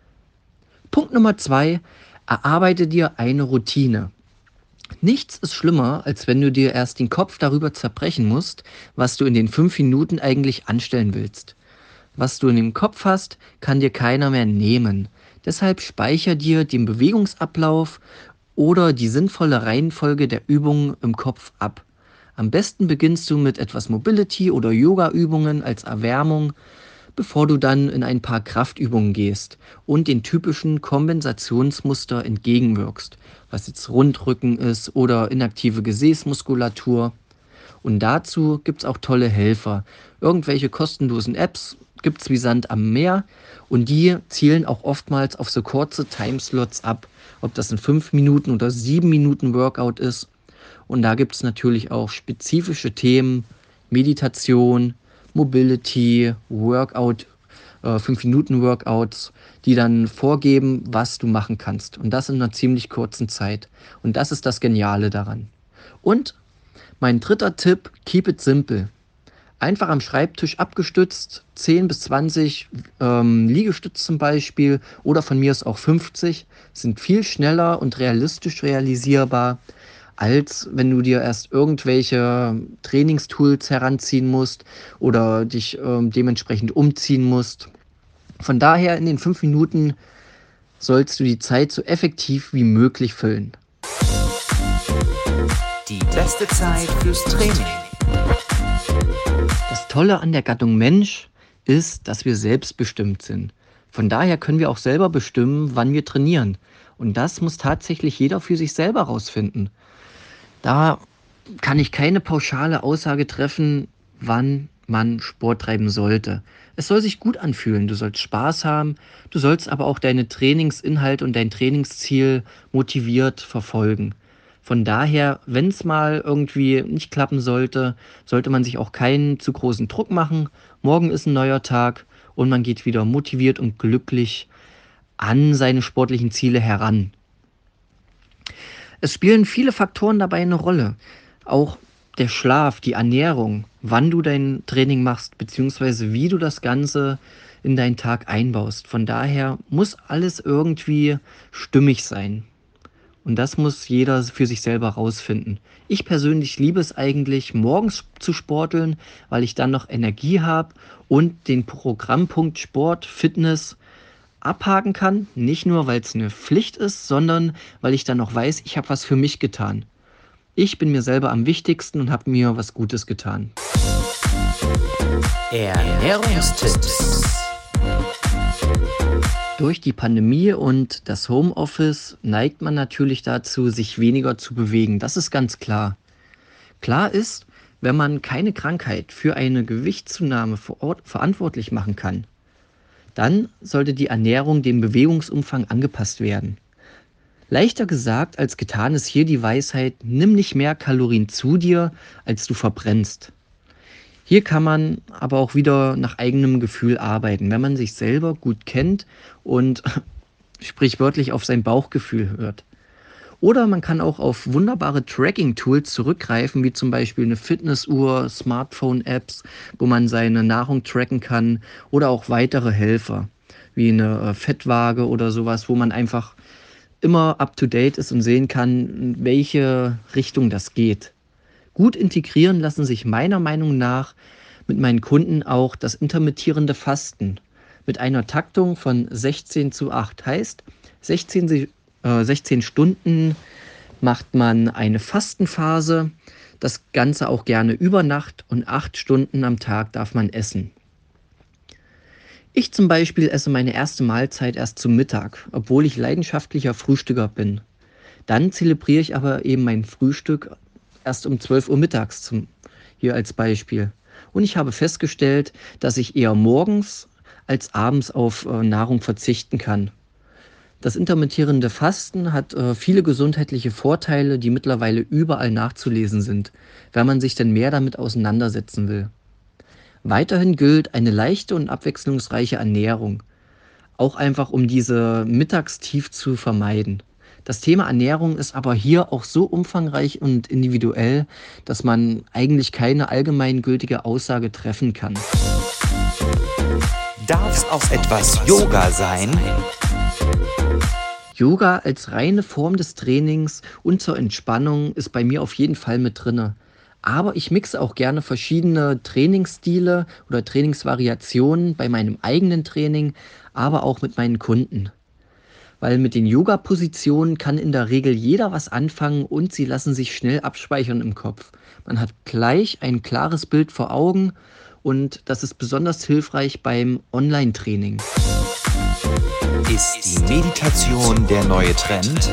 Punkt Nummer zwei. Erarbeite dir eine Routine. Nichts ist schlimmer, als wenn du dir erst den Kopf darüber zerbrechen musst, was du in den fünf Minuten eigentlich anstellen willst. Was du in dem Kopf hast, kann dir keiner mehr nehmen. Deshalb speicher dir den Bewegungsablauf oder die sinnvolle Reihenfolge der Übungen im Kopf ab. Am besten beginnst du mit etwas Mobility- oder Yoga-Übungen als Erwärmung, bevor du dann in ein paar Kraftübungen gehst und den typischen Kompensationsmuster entgegenwirkst, was jetzt Rundrücken ist oder inaktive Gesäßmuskulatur. Und dazu gibt es auch tolle Helfer. Irgendwelche kostenlosen Apps gibt es wie Sand am Meer und die zielen auch oftmals auf so kurze Timeslots ab, ob das ein fünf Minuten oder sieben Minuten Workout ist. Und da gibt es natürlich auch spezifische Themen, Meditation, Mobility, Workout, äh, fünf Minuten Workouts, die dann vorgeben, was du machen kannst. Und das in einer ziemlich kurzen Zeit. Und das ist das Geniale daran. Und mein dritter Tipp, keep it simple. Einfach am Schreibtisch abgestützt, zehn bis zwanzig ähm, Liegestütze zum Beispiel oder von mir ist auch fünfzig, sind viel schneller und realistisch realisierbar, als wenn du dir erst irgendwelche Trainingstools heranziehen musst oder dich ähm, dementsprechend umziehen musst. Von daher in den fünf Minuten sollst du die Zeit so effektiv wie möglich füllen. Die beste Zeit fürs Training. Das Tolle an der Gattung Mensch ist, dass wir selbstbestimmt sind. Von daher können wir auch selber bestimmen, wann wir trainieren. Und das muss tatsächlich jeder für sich selber rausfinden. Da kann ich keine pauschale Aussage treffen, wann man Sport treiben sollte. Es soll sich gut anfühlen, du sollst Spaß haben, du sollst aber auch deine Trainingsinhalte und dein Trainingsziel motiviert verfolgen. Von daher, wenn es mal irgendwie nicht klappen sollte, sollte man sich auch keinen zu großen Druck machen. Morgen ist ein neuer Tag und man geht wieder motiviert und glücklich an seine sportlichen Ziele heran. Es spielen viele Faktoren dabei eine Rolle. Auch der Schlaf, die Ernährung, wann du dein Training machst, beziehungsweise wie du das Ganze in deinen Tag einbaust. Von daher muss alles irgendwie stimmig sein. Und das muss jeder für sich selber rausfinden. Ich persönlich liebe es eigentlich, morgens zu sporteln, weil ich dann noch Energie habe und den Programmpunkt Sport, Fitness abhaken kann. Nicht nur, weil es eine Pflicht ist, sondern weil ich dann noch weiß, ich habe was für mich getan. Ich bin mir selber am wichtigsten und habe mir was Gutes getan. Ernährungstipps. Durch die Pandemie und das Homeoffice neigt man natürlich dazu, sich weniger zu bewegen. Das ist ganz klar. Klar ist, wenn man keine Krankheit für eine Gewichtszunahme vor Ort verantwortlich machen kann, dann sollte die Ernährung dem Bewegungsumfang angepasst werden. Leichter gesagt als getan ist hier die Weisheit: Nimm nicht mehr Kalorien zu dir, als du verbrennst. Hier kann man aber auch wieder nach eigenem Gefühl arbeiten, wenn man sich selber gut kennt und sprichwörtlich auf sein Bauchgefühl hört. Oder man kann auch auf wunderbare Tracking-Tools zurückgreifen, wie zum Beispiel eine Fitnessuhr, Smartphone-Apps, wo man seine Nahrung tracken kann, oder auch weitere Helfer, wie eine Fettwaage oder sowas, wo man einfach immer up-to-date ist und sehen kann, in welche Richtung das geht. Gut integrieren lassen sich meiner Meinung nach mit meinen Kunden auch das intermittierende Fasten mit einer Taktung von sechzehn zu acht. Heißt, sechzehn, äh, sechzehn Stunden macht man eine Fastenphase, das Ganze auch gerne über Nacht, und acht Stunden am Tag darf man essen. Ich zum Beispiel esse meine erste Mahlzeit erst zum Mittag, obwohl ich leidenschaftlicher Frühstücker bin. Dann zelebriere ich aber eben mein Frühstück erst um zwölf Uhr mittags, zum, hier als Beispiel. Und ich habe festgestellt, dass ich eher morgens als abends auf äh, Nahrung verzichten kann. Das intermittierende Fasten hat äh, viele gesundheitliche Vorteile, die mittlerweile überall nachzulesen sind, wenn man sich denn mehr damit auseinandersetzen will. Weiterhin gilt eine leichte und abwechslungsreiche Ernährung, auch einfach um diese Mittagstief zu vermeiden. Das Thema Ernährung ist aber hier auch so umfangreich und individuell, dass man eigentlich keine allgemeingültige Aussage treffen kann. Darf es auch etwas Yoga sein? Yoga als reine Form des Trainings und zur Entspannung ist bei mir auf jeden Fall mit drinne. Aber ich mixe auch gerne verschiedene Trainingsstile oder Trainingsvariationen bei meinem eigenen Training, aber auch mit meinen Kunden. Weil mit den Yoga-Positionen kann in der Regel jeder was anfangen und sie lassen sich schnell abspeichern im Kopf. Man hat gleich ein klares Bild vor Augen und das ist besonders hilfreich beim Online-Training. Ist die Meditation der neue Trend?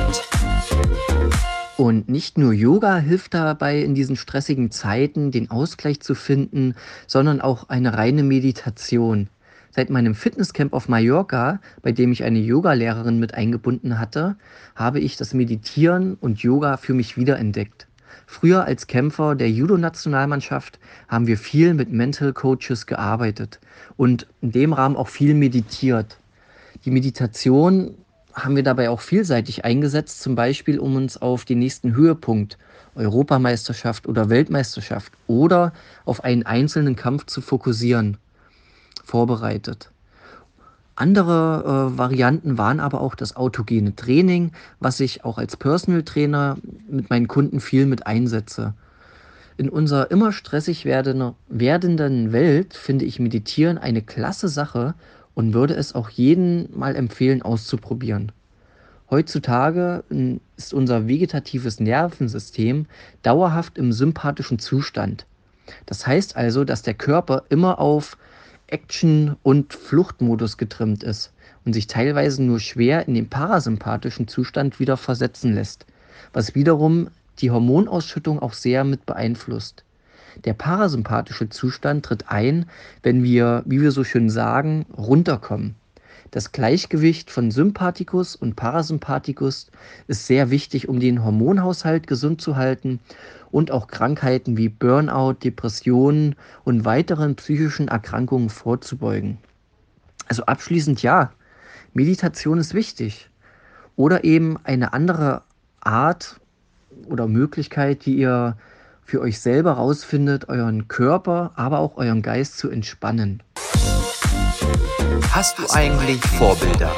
Und nicht nur Yoga hilft dabei, in diesen stressigen Zeiten den Ausgleich zu finden, sondern auch eine reine Meditation. Seit meinem Fitnesscamp auf Mallorca, bei dem ich eine Yogalehrerin mit eingebunden hatte, habe ich das Meditieren und Yoga für mich wiederentdeckt. Früher als Kämpfer der Judo-Nationalmannschaft haben wir viel mit Mental Coaches gearbeitet und in dem Rahmen auch viel meditiert. Die Meditation haben wir dabei auch vielseitig eingesetzt, zum Beispiel um uns auf den nächsten Höhepunkt, Europameisterschaft oder Weltmeisterschaft oder auf einen einzelnen Kampf zu fokussieren, vorbereitet. Andere äh, Varianten waren aber auch das autogene Training, was ich auch als Personal Trainer mit meinen Kunden viel mit einsetze. In unserer immer stressig werdende, werdenden Welt finde ich Meditieren eine klasse Sache und würde es auch jedem mal empfehlen, auszuprobieren. Heutzutage ist unser vegetatives Nervensystem dauerhaft im sympathischen Zustand. Das heißt also, dass der Körper immer auf Action- und Fluchtmodus getrimmt ist und sich teilweise nur schwer in den parasympathischen Zustand wieder versetzen lässt, was wiederum die Hormonausschüttung auch sehr mit beeinflusst. Der parasympathische Zustand tritt ein, wenn wir, wie wir so schön sagen, runterkommen. Das Gleichgewicht von Sympathikus und Parasympathikus ist sehr wichtig, um den Hormonhaushalt gesund zu halten und auch Krankheiten wie Burnout, Depressionen und weiteren psychischen Erkrankungen vorzubeugen. Also abschließend ja, Meditation ist wichtig. Oder eben eine andere Art oder Möglichkeit, wie ihr für euch selber rausfindet, euren Körper, aber auch euren Geist zu entspannen. Hast du eigentlich Vorbilder?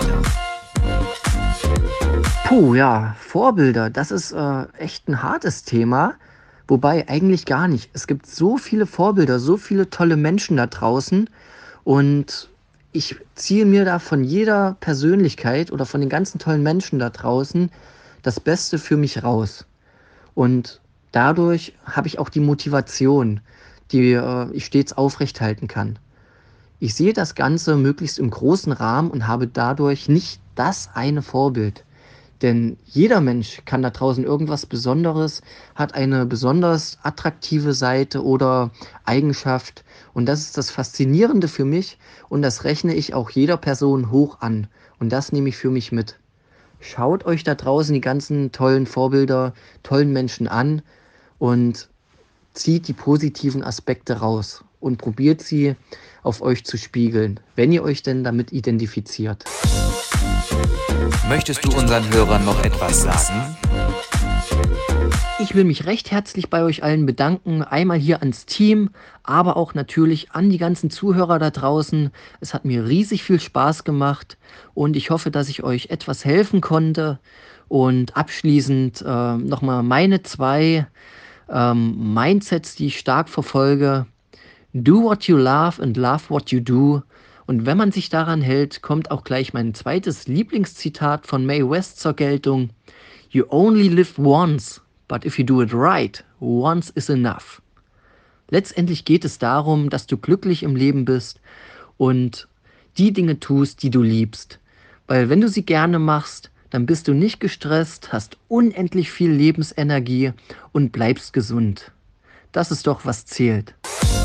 Puh, ja, Vorbilder, das ist äh, echt ein hartes Thema. Wobei eigentlich gar nicht. Es gibt so viele Vorbilder, so viele tolle Menschen da draußen. Und ich ziehe mir da von jeder Persönlichkeit oder von den ganzen tollen Menschen da draußen das Beste für mich raus. Und dadurch habe ich auch die Motivation, die äh, ich stets aufrechthalten kann. Ich sehe das Ganze möglichst im großen Rahmen und habe dadurch nicht das eine Vorbild. Denn jeder Mensch kann da draußen irgendwas Besonderes, hat eine besonders attraktive Seite oder Eigenschaft. Und das ist das Faszinierende für mich und das rechne ich auch jeder Person hoch an. Und das nehme ich für mich mit. Schaut euch da draußen die ganzen tollen Vorbilder, tollen Menschen an und zieht die positiven Aspekte raus und probiert sie auf euch zu spiegeln, wenn ihr euch denn damit identifiziert. Möchtest du unseren Hörern noch etwas sagen? Ich will mich recht herzlich bei euch allen bedanken, einmal hier ans Team, aber auch natürlich an die ganzen Zuhörer da draußen. Es hat mir riesig viel Spaß gemacht und ich hoffe, dass ich euch etwas helfen konnte. Und abschließend äh, nochmal meine zwei ähm, Mindsets, die ich stark verfolge. Do what you love and love what you do. Und wenn man sich daran hält, kommt auch gleich mein zweites Lieblingszitat von Mae West zur Geltung. You only live once, but if you do it right, once is enough. Letztendlich geht es darum, dass du glücklich im Leben bist und die Dinge tust, die du liebst. Weil wenn du sie gerne machst, dann bist du nicht gestresst, hast unendlich viel Lebensenergie und bleibst gesund. Das ist doch, was zählt.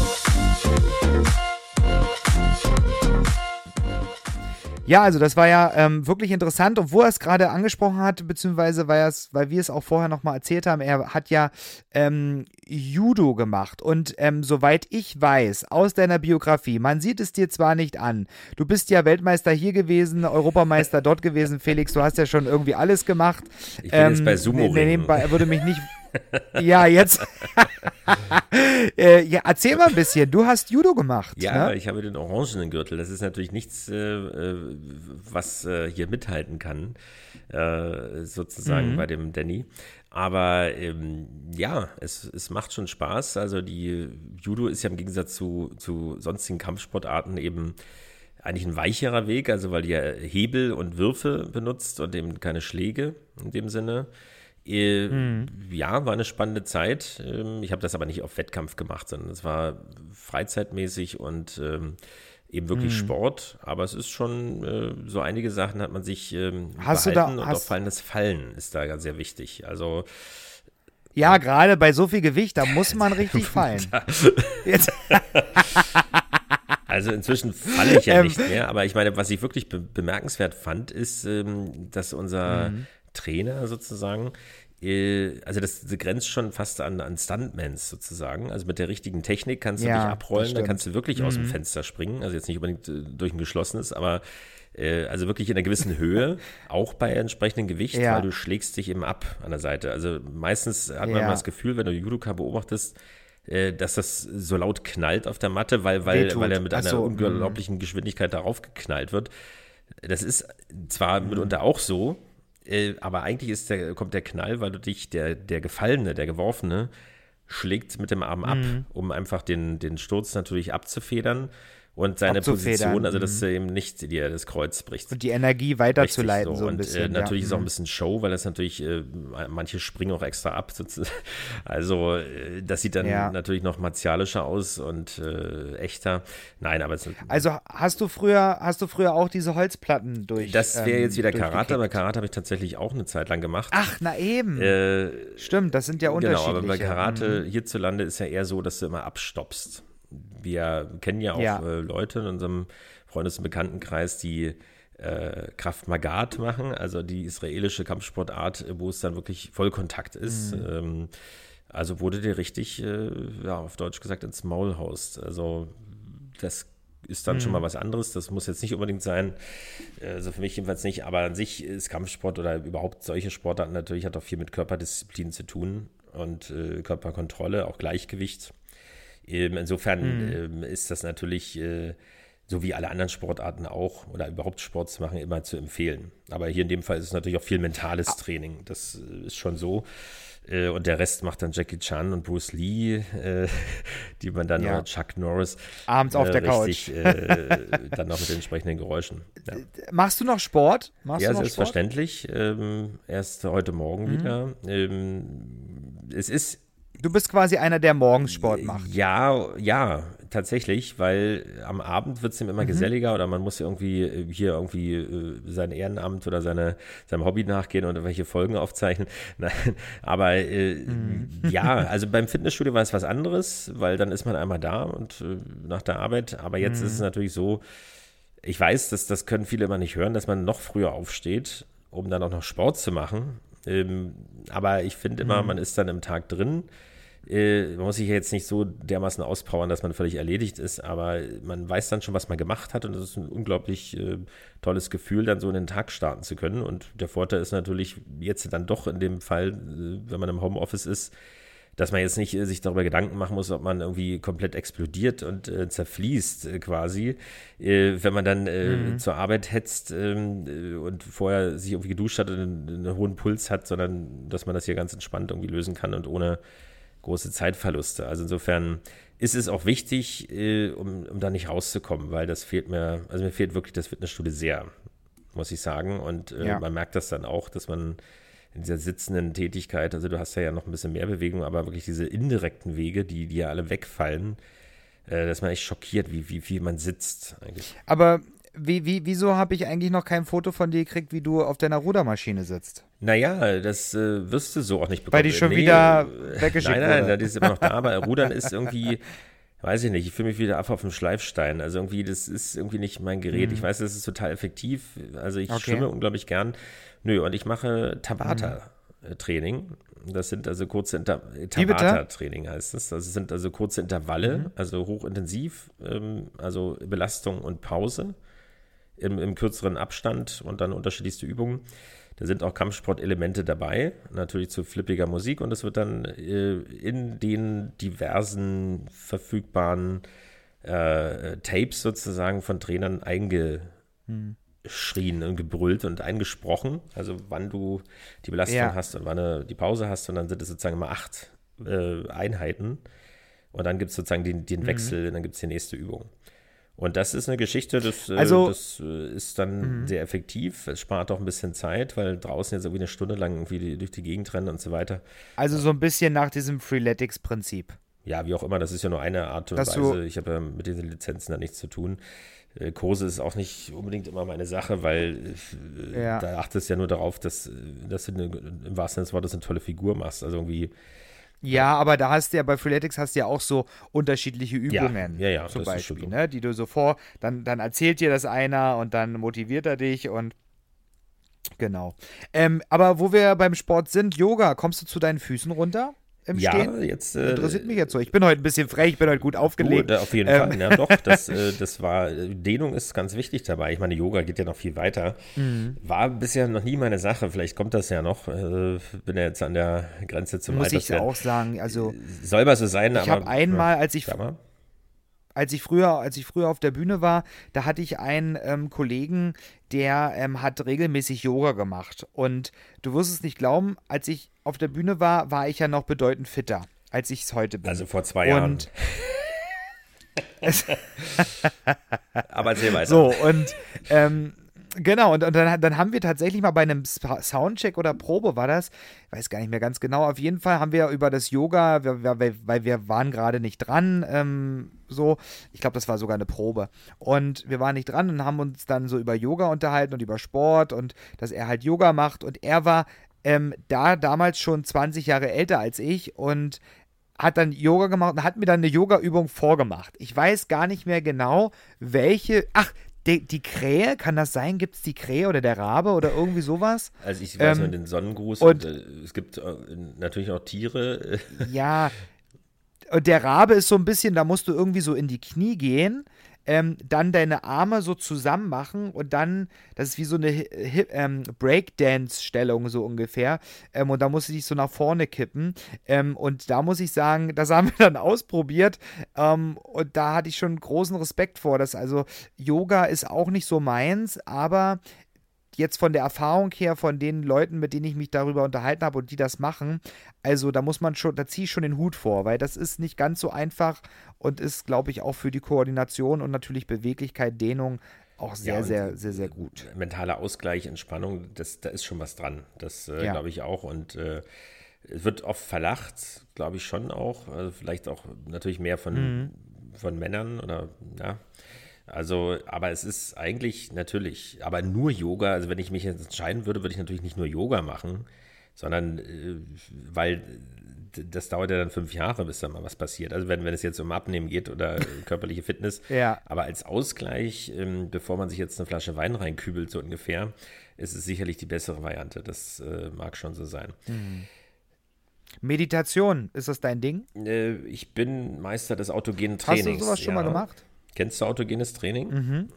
Ja, also das war ja ähm, wirklich interessant, obwohl er es gerade angesprochen hat, beziehungsweise weil, weil wir es auch vorher nochmal erzählt haben, er hat ja ähm, Judo gemacht und ähm, soweit ich weiß, aus deiner Biografie, man sieht es dir zwar nicht an, du bist ja Weltmeister hier gewesen, Europameister dort gewesen, Felix, du hast ja schon irgendwie alles gemacht. Ich bin ähm, jetzt bei Sumo-Ringen. Nebenbei würde mich nicht... Ja, jetzt. äh, ja, erzähl mal ein bisschen. Du hast Judo gemacht. Ja, ne? Ich habe den orangenen Gürtel. Das ist natürlich nichts, äh, was äh, hier mithalten kann, äh, sozusagen mhm. bei dem Danny. Aber ähm, ja, es, es macht schon Spaß. Also die Judo ist ja im Gegensatz zu, zu sonstigen Kampfsportarten eben eigentlich ein weicherer Weg, also weil die ja Hebel und Würfe benutzt und eben keine Schläge in dem Sinne. Äh, mhm. Ja, war eine spannende Zeit. Ähm, ich habe das aber nicht auf Wettkampf gemacht, sondern es war freizeitmäßig und ähm, eben wirklich mhm. Sport. Aber es ist schon, äh, so einige Sachen hat man sich ähm, hast behalten du da, und hast auch vor allem das Fallen ist da ganz sehr wichtig. Also ja, gerade bei so viel Gewicht, da muss man richtig fallen. Jetzt. Also inzwischen falle ich ja ähm, nicht mehr, aber ich meine, was ich wirklich be- bemerkenswert fand, ist, ähm, dass unser mhm. Trainer sozusagen, äh, also das, das grenzt schon fast an, an Stuntmans sozusagen, also mit der richtigen Technik kannst du ja, dich abrollen, dann kannst du wirklich mhm. aus dem Fenster springen, also jetzt nicht unbedingt äh, durch ein geschlossenes, aber äh, also wirklich in einer gewissen Höhe, auch bei entsprechendem Gewicht, ja. weil du schlägst dich eben ab an der Seite. Also meistens hat man ja. immer das Gefühl, wenn du Judoka beobachtest, dass das so laut knallt auf der Matte, weil, weil, weil er mit einer so, unglaublichen Geschwindigkeit darauf geknallt wird. Das ist zwar mhm. mitunter auch so, äh, aber eigentlich ist der, kommt der Knall, weil du dich, der, der Gefallene, der Geworfene, schlägt mit dem Arm ab, mhm. um einfach den, den Sturz natürlich abzufedern und seine Position, also dass er eben nicht dir das Kreuz bricht. Und die Energie weiterzuleiten so, so ein und, bisschen. Und äh, natürlich ja. ist auch ein bisschen Show, weil das natürlich, äh, manche springen auch extra ab. Also äh, das sieht dann ja. natürlich noch martialischer aus und äh, echter. Nein, aber es, also hast du früher, hast du früher auch diese Holzplatten durch? Das wäre ähm, jetzt wieder Karate, aber Karate habe ich tatsächlich auch eine Zeit lang gemacht. Ach, na eben. Äh, Stimmt, das sind ja unterschiedliche. Genau, aber bei Karate mhm. hierzulande ist ja eher so, dass du immer abstoppst. Wir kennen ja auch ja. äh, Leute in unserem Freundes- und Bekanntenkreis, die äh, Krav Magat machen, also die israelische Kampfsportart, wo es dann wirklich Vollkontakt ist. Mhm. Ähm, also wurde dir richtig, äh, ja, auf Deutsch gesagt, ins Maul haust. Also das ist dann Mhm. schon mal was anderes. Das muss jetzt nicht unbedingt sein, also für mich jedenfalls nicht, aber an sich ist Kampfsport oder überhaupt solche Sportarten natürlich hat auch viel mit Körperdisziplin zu tun und äh, Körperkontrolle, auch Gleichgewicht. Ähm, insofern Mhm. ähm, ist das natürlich, äh, so wie alle anderen Sportarten auch, oder überhaupt Sport zu machen, immer zu empfehlen. Aber hier in dem Fall ist es natürlich auch viel mentales Training. Das äh, ist schon so. Äh, Und der Rest macht dann Jackie Chan und Bruce Lee, äh, die man dann, Ja. oder Chuck Norris, Abends auf der richtig, äh, dann noch mit den entsprechenden Geräuschen. Ja, Machst du noch Sport? Machst ja du noch selbstverständlich. Ähm, erst heute Morgen Mhm. wieder. Ähm, es ist Sport? Du bist quasi einer, der morgens Sport macht. ja, ja, tatsächlich, weil am Abend wird es ihm immer Mhm. geselliger oder man muss irgendwie äh, hier irgendwie äh, sein Ehrenamt oder seine, seinem Hobby nachgehen und welche Folgen aufzeichnen. Nein, aber äh, Mhm. ja, also beim Fitnessstudio war es was anderes, weil dann ist man einmal da und äh, nach der Arbeit. Aber jetzt ist es natürlich so, ich weiß, dass das können viele immer nicht hören, dass man noch früher aufsteht, um dann auch noch Sport zu machen. Ähm, aber ich finde immer, man ist dann im Tag drin. Äh, man muss sich ja jetzt nicht so dermaßen auspowern, dass man völlig erledigt ist, aber man weiß dann schon, was man gemacht hat und das ist ein unglaublich äh, tolles Gefühl, dann so in den Tag starten zu können. Und der Vorteil ist natürlich jetzt dann doch in dem Fall, äh, wenn man im Homeoffice ist, dass man jetzt nicht äh, sich darüber Gedanken machen muss, ob man irgendwie komplett explodiert und äh, zerfließt äh, quasi, äh, wenn man dann äh, Mhm. zur Arbeit hetzt ähm, äh, und vorher sich irgendwie geduscht hat und einen, einen hohen Puls hat, sondern dass man das hier ganz entspannt irgendwie lösen kann und ohne große Zeitverluste. Also insofern ist es auch wichtig, äh, um, um da nicht rauszukommen, weil das fehlt mir, also mir fehlt wirklich das Fitnessstudio sehr, muss ich sagen. Und äh, Ja. man merkt das dann auch, dass man in dieser sitzenden Tätigkeit, also du hast ja, ja noch ein bisschen mehr Bewegung, aber wirklich diese indirekten Wege, die, die ja alle wegfallen, äh, dass man echt schockiert, wie, wie viel man sitzt eigentlich. Aber wie, wie, wieso habe ich eigentlich noch kein Foto von dir gekriegt, wie du auf deiner Rudermaschine sitzt? Naja, das äh, wirst du so auch nicht bekommen. Weil die schon Nee, wieder äh, weggeschickt Nein, wurde. nein, die ist immer noch da, aber Rudern ist irgendwie, weiß ich nicht, ich fühle mich wieder ab auf dem Schleifstein. Also irgendwie, das ist irgendwie nicht mein Gerät. Ich weiß, das ist total effektiv. Also ich Mhm. Okay. schwimme unglaublich gern. Nö, und ich mache Tabata-Training. Das sind also kurze Inter bitte? Tabata-Training heißt es. Das sind also kurze Intervalle, Mhm. also hochintensiv, ähm, also Belastung und Pause im, im kürzeren Abstand und dann unterschiedlichste Übungen. Da sind auch Kampfsportelemente dabei, natürlich zu flippiger Musik und es wird dann äh, in den diversen verfügbaren äh, Tapes sozusagen von Trainern eingeschrien und gebrüllt und eingesprochen, also wann du die Belastung Ja. hast und wann du die Pause hast und dann sind es sozusagen immer acht äh, Einheiten und dann gibt es sozusagen den, den Wechsel und dann gibt es die nächste Übung. Und das ist eine Geschichte, das, äh, Also- das äh, ist dann sehr effektiv. Es spart auch ein bisschen Zeit, weil draußen jetzt irgendwie eine Stunde lang irgendwie die, durch die Gegend rennen und so weiter. Also so ein bisschen nach diesem Freeletics-Prinzip. Ja, wie auch immer, das ist ja nur eine Art und Dass du- Weise. Ich habe ja mit diesen Lizenzen da nichts zu tun. Äh, Kurse ist auch nicht unbedingt immer meine Sache, weil äh, Ja. da achtest du ja nur darauf, dass, äh, dass du eine, im wahrsten Sinne des Wortes eine tolle Figur machst. Also irgendwie, Ja, aber da hast du ja bei Freeletics hast du ja auch so unterschiedliche Übungen. ja, ja, zum das ist schon Beispiel, so. ne? Die du so vor, dann, dann erzählt dir das einer und dann motiviert er dich und genau. Ähm, aber wo wir beim Sport sind, Yoga, kommst du zu deinen Füßen runter im ja, Stehen? jetzt äh, Interessiert mich jetzt so. Ich bin heute ein bisschen frech, ich bin heute gut Du, aufgelegt. da auf jeden Ähm. Fall, ja doch, das, äh, das war, äh, Dehnung ist ganz wichtig dabei. Ich meine, Yoga geht ja noch viel weiter. Mhm. War bisher noch nie meine Sache, vielleicht kommt das ja noch. Äh, bin ja jetzt an der Grenze zum Muss ich Alterswert. auch sagen. Also Soll mal so sein, ich aber. habe einmal, ja, als ich sag mal. als ich früher, als ich früher auf der Bühne war, da hatte ich einen ähm, Kollegen, der ähm, hat regelmäßig Yoga gemacht. Und du wirst es nicht glauben, als ich auf der Bühne war, war ich ja noch bedeutend fitter, als ich es heute bin. Also vor zwei Jahren. Und Aber erzähl weiter. so, und ähm, genau, und, und dann, dann haben wir tatsächlich mal bei einem Sa- Soundcheck oder Probe war das, ich weiß gar nicht mehr ganz genau, auf jeden Fall haben wir über das Yoga, wir, wir, weil wir waren gerade nicht dran, ähm, so, ich glaube, das war sogar eine Probe. Und wir waren nicht dran und haben uns dann so über Yoga unterhalten und über Sport und dass er halt Yoga macht und er war ähm, da damals schon zwanzig Jahre älter als ich und hat dann Yoga gemacht und hat mir dann eine Yoga-Übung vorgemacht. Ich weiß gar nicht mehr genau, welche. Ach, die, die Krähe, kann das sein? Gibt es die Krähe oder der Rabe oder irgendwie sowas? Also ich weiß ähm, nur den Sonnengruß und- und, äh, es gibt äh, natürlich auch Tiere. äh, Ja. Und der Rabe ist so ein bisschen, da musst du irgendwie so in die Knie gehen. ähm, dann deine Arme so zusammen machen und dann, das ist wie so eine Hi- ähm, Breakdance-Stellung so ungefähr, ähm, und da musst du dich so nach vorne kippen, ähm, und da muss ich sagen, das haben wir dann ausprobiert, ähm, und da hatte ich schon großen Respekt vor, dass also Yoga ist auch nicht so meins, aber jetzt von der Erfahrung her, von den Leuten, mit denen ich mich darüber unterhalten habe und die das machen, also da muss man schon, da ziehe ich schon den Hut vor, weil das ist nicht ganz so einfach und ist, glaube ich, auch für die Koordination und natürlich Beweglichkeit, Dehnung auch sehr, Ja, und sehr, sehr, sehr gut. Mentaler Ausgleich, Entspannung, das, da ist schon was dran. Das äh, Ja. glaube ich auch. Und äh, es wird oft verlacht, glaube ich schon auch. Also vielleicht auch natürlich mehr von, Mhm. von Männern oder ja. Also, aber es ist eigentlich natürlich, aber nur Yoga, also wenn ich mich jetzt entscheiden würde, würde ich natürlich nicht nur Yoga machen, sondern äh, weil d- das dauert ja dann fünf Jahre, bis da mal was passiert. Also wenn, wenn es jetzt um Abnehmen geht oder äh, körperliche Fitness, Ja. aber als Ausgleich, ähm, bevor man sich jetzt eine Flasche Wein reinkübelt, so ungefähr, ist es sicherlich die bessere Variante. Das äh, mag schon so sein. Meditation, ist das dein Ding? Äh, ich bin Meister des autogenen Hast Trainings. du sowas schon mal ja. gemacht? Kennst du autogenes Training? Mhm.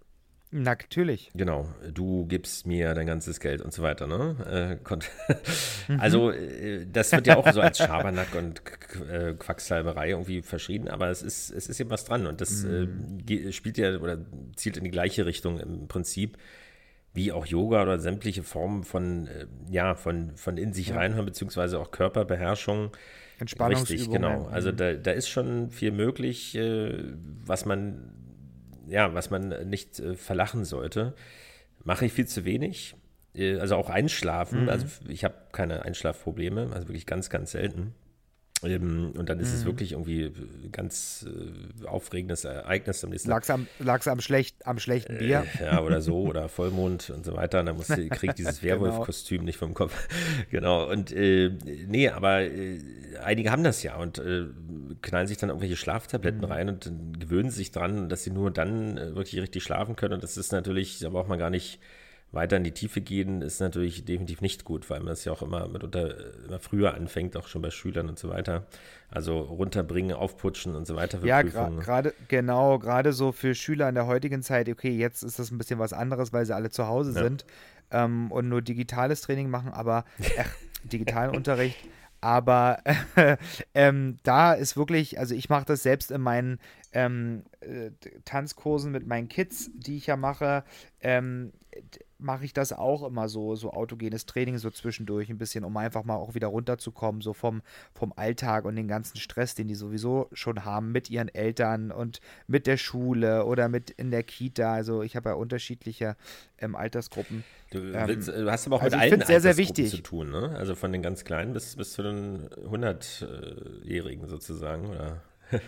Na, natürlich. Genau, du gibst mir dein ganzes Geld und so weiter, ne? Äh, kon- also, äh, das wird ja auch so als Schabernack und K- äh, Quacksalberei irgendwie verschrien, aber es ist, es ist eben was dran und das äh, ge- spielt ja oder zielt in die gleiche Richtung im Prinzip, wie auch Yoga oder sämtliche Formen von, äh, ja, von, von in sich reinhören, beziehungsweise auch Körperbeherrschung. Entspannungsübungen. Richtig, genau. Also da, da ist schon viel möglich, äh, was man, ja, was man nicht äh, verlachen sollte. Mache ich viel zu wenig. Äh, also auch Einschlafen. Also ich habe keine Einschlafprobleme, also wirklich ganz, ganz selten. Ähm, und dann ist es wirklich irgendwie ein ganz äh, aufregendes Ereignis am nächsten Tag. Lag's am, lag's am, schlecht, am schlechten Bier? Äh, ja, oder so, oder Vollmond und so weiter. Und dann muss, kriegt dieses Werwolf-Kostüm nicht vom Kopf. Genau. Und äh, nee, aber äh, einige haben das ja und äh, knallen sich dann irgendwelche Schlaftabletten rein und dann gewöhnen sich dran, dass sie nur dann äh, wirklich richtig schlafen können. Und das ist natürlich, da braucht man gar nicht weiter in die Tiefe gehen, ist natürlich definitiv nicht gut, weil man das ja auch immer mitunter immer früher anfängt, auch schon bei Schülern und so weiter. Also runterbringen, aufputschen und so weiter für Ja, gra- Prüfungen. gerade, genau, gerade so für Schüler in der heutigen Zeit, okay, jetzt ist das ein bisschen was anderes, weil sie alle zu Hause Ja. sind ähm, und nur digitales Training machen, aber, äh, digitalen Unterricht. Aber äh, ähm, da ist wirklich, also ich mache das selbst in meinen ähm, äh, Tanzkursen mit meinen Kids, die ich ja mache, ähm, d- mache ich das auch immer so, so autogenes Training so zwischendurch ein bisschen, um einfach mal auch wieder runterzukommen, so vom, vom Alltag und den ganzen Stress, den die sowieso schon haben mit ihren Eltern und mit der Schule oder mit in der Kita. Also ich habe ja unterschiedliche ähm, Altersgruppen. Du, Ähm, willst, du hast aber auch also mit ich allen find's sehr, sehr Altersgruppen wichtig. zu tun, ne? Also von den ganz Kleinen bis, bis zu den hundertjährigen sozusagen, oder?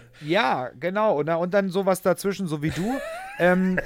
Ja, genau. Und, da- und dann sowas dazwischen, so wie du. ähm,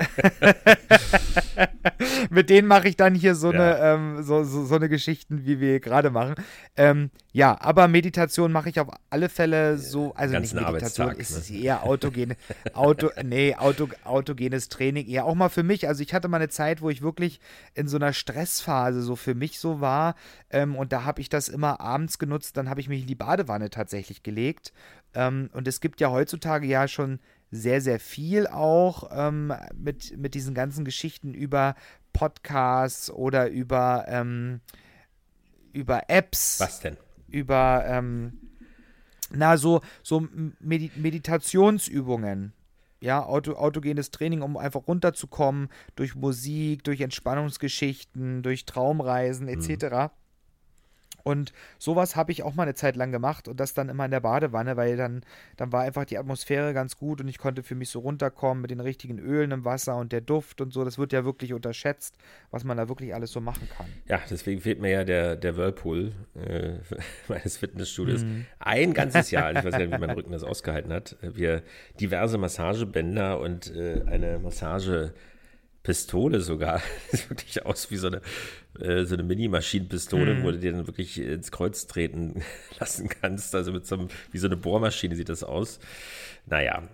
mit denen mache ich dann hier so Ja. eine ähm, so, so, so eine Geschichten, wie wir gerade machen. Ähm, ja, aber Meditation mache ich auf alle Fälle so, also nicht ganzen Meditation, Arbeitstag, ist ne? eher autogene, Auto, nee, Auto, autogenes Training, eher auch mal für mich. Also ich hatte mal eine Zeit, wo ich wirklich in so einer Stressphase so für mich so war, ähm, und da habe ich das immer abends genutzt, dann habe ich mich in die Badewanne tatsächlich gelegt. Ähm, und es gibt ja heutzutage ja schon sehr, sehr viel auch ähm, mit, mit diesen ganzen Geschichten über Podcasts oder über, ähm, über Apps, Was denn? über ähm, na, so, so Medi Meditationsübungen. Ja, Auto, autogenes Training, um einfach runterzukommen durch Musik, durch Entspannungsgeschichten, durch Traumreisen et cetera. Und sowas habe ich auch mal eine Zeit lang gemacht und das dann immer in der Badewanne, weil dann, dann war einfach die Atmosphäre ganz gut und ich konnte für mich so runterkommen mit den richtigen Ölen im Wasser und der Duft und so. Das wird ja wirklich unterschätzt, was man da wirklich alles so machen kann. Ja, deswegen fehlt mir ja der, der Whirlpool äh, meines Fitnessstudios. Ein ganzes Jahr, ich weiß gar nicht, wie mein Rücken das ausgehalten hat. Wir diverse Massagebänder und äh, eine Massagepistole sogar. Das sieht wirklich aus wie so eine, äh, so eine Mini-Maschinenpistole, wo du dir dann wirklich ins Kreuz treten lassen kannst. Also mit so einem, wie so eine Bohrmaschine sieht das aus. Naja,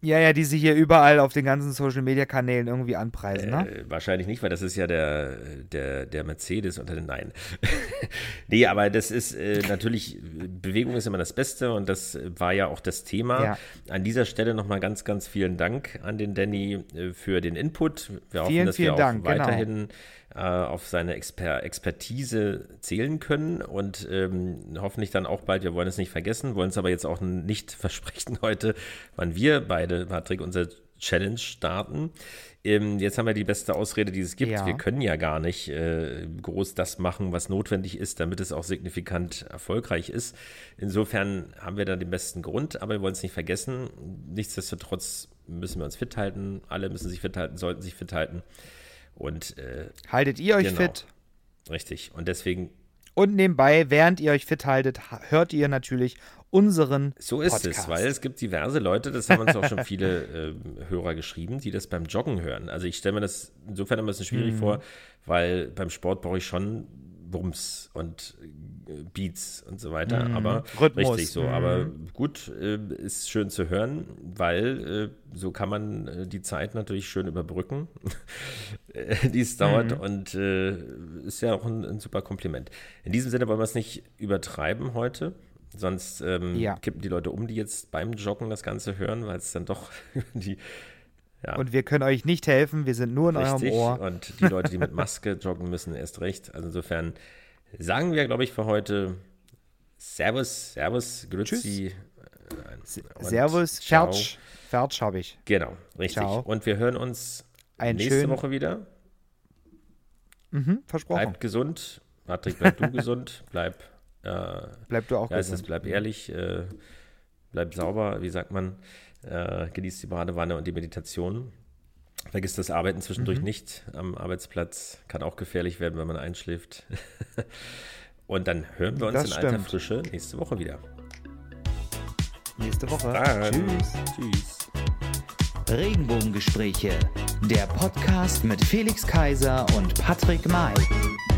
Ja, ja, die sie hier überall auf den ganzen Social-Media-Kanälen irgendwie anpreisen, ne? Äh, wahrscheinlich nicht, weil das ist ja der, der, der Mercedes unter den Nein. Nee, aber das ist äh, natürlich, Bewegung ist immer das Beste und das war ja auch das Thema. Ja. An dieser Stelle nochmal ganz, ganz vielen Dank an den Danny äh, für den Input. Wir hoffen, Vielen, dass vielen wir auch Dank, genau. weiterhin äh, auf seine Exper- Expertise zählen können und ähm, hoffentlich dann auch bald, wir wollen es nicht vergessen, wollen es aber jetzt auch nicht versprechen heute, wann wir beide, Patrick, unser Challenge starten. Ähm, jetzt haben wir die beste Ausrede, die es gibt. Ja. Wir können ja gar nicht äh, groß das machen, was notwendig ist, damit es auch signifikant erfolgreich ist. Insofern haben wir da den besten Grund, aber wir wollen es nicht vergessen. Nichtsdestotrotz müssen wir uns fit halten. Alle müssen sich fit halten, sollten sich fit halten. Und äh, Haltet ihr euch genau. fit? Richtig. Und deswegen Und nebenbei, während ihr euch fit haltet, hört ihr natürlich unseren so ist Podcast. es, weil es gibt diverse Leute, das haben uns auch schon viele äh, Hörer geschrieben, die das beim Joggen hören. Also ich stelle mir das insofern ein bisschen schwierig Mhm. vor, weil beim Sport brauche ich schon Bums und äh, Beats und so weiter. Mhm. Aber Rhythmus. richtig so. Mhm. Aber gut, äh, ist schön zu hören, weil äh, so kann man äh, die Zeit natürlich schön überbrücken, die es dauert. Mhm. Und äh, ist ja auch ein, ein super Kompliment. In diesem Sinne wollen wir es nicht übertreiben heute. Sonst ähm, Ja. kippen die Leute um, die jetzt beim Joggen das Ganze hören, weil es dann doch die, ja, Und wir können euch nicht helfen, wir sind nur in richtig. eurem Ohr. Und die Leute, die mit Maske joggen müssen, erst recht. Also insofern sagen wir, glaube ich, für heute Servus, Servus, Grüezi. äh, und Servus, ciao. Fertsch. Fertsch habe ich. Genau, richtig. Ciao. Und wir hören uns Einen nächste schönen- Woche wieder. Mhm, versprochen. Bleibt gesund. Patrick, bleib du gesund. Bleib äh, Bleib du auch Ja, es gesund. ist, bleib ehrlich, äh, bleib sauber, wie sagt man, äh, genieß die Badewanne und die Meditation. Vergiss das Arbeiten zwischendurch Mhm. nicht am Arbeitsplatz, kann auch gefährlich werden, wenn man einschläft. Und dann hören wir uns Das in alter stimmt. Frische nächste Woche wieder. Nächste Woche. Dann. Tschüss. Tschüss. Regenbogengespräche, der Podcast mit Felix Kaiser und Patrick May.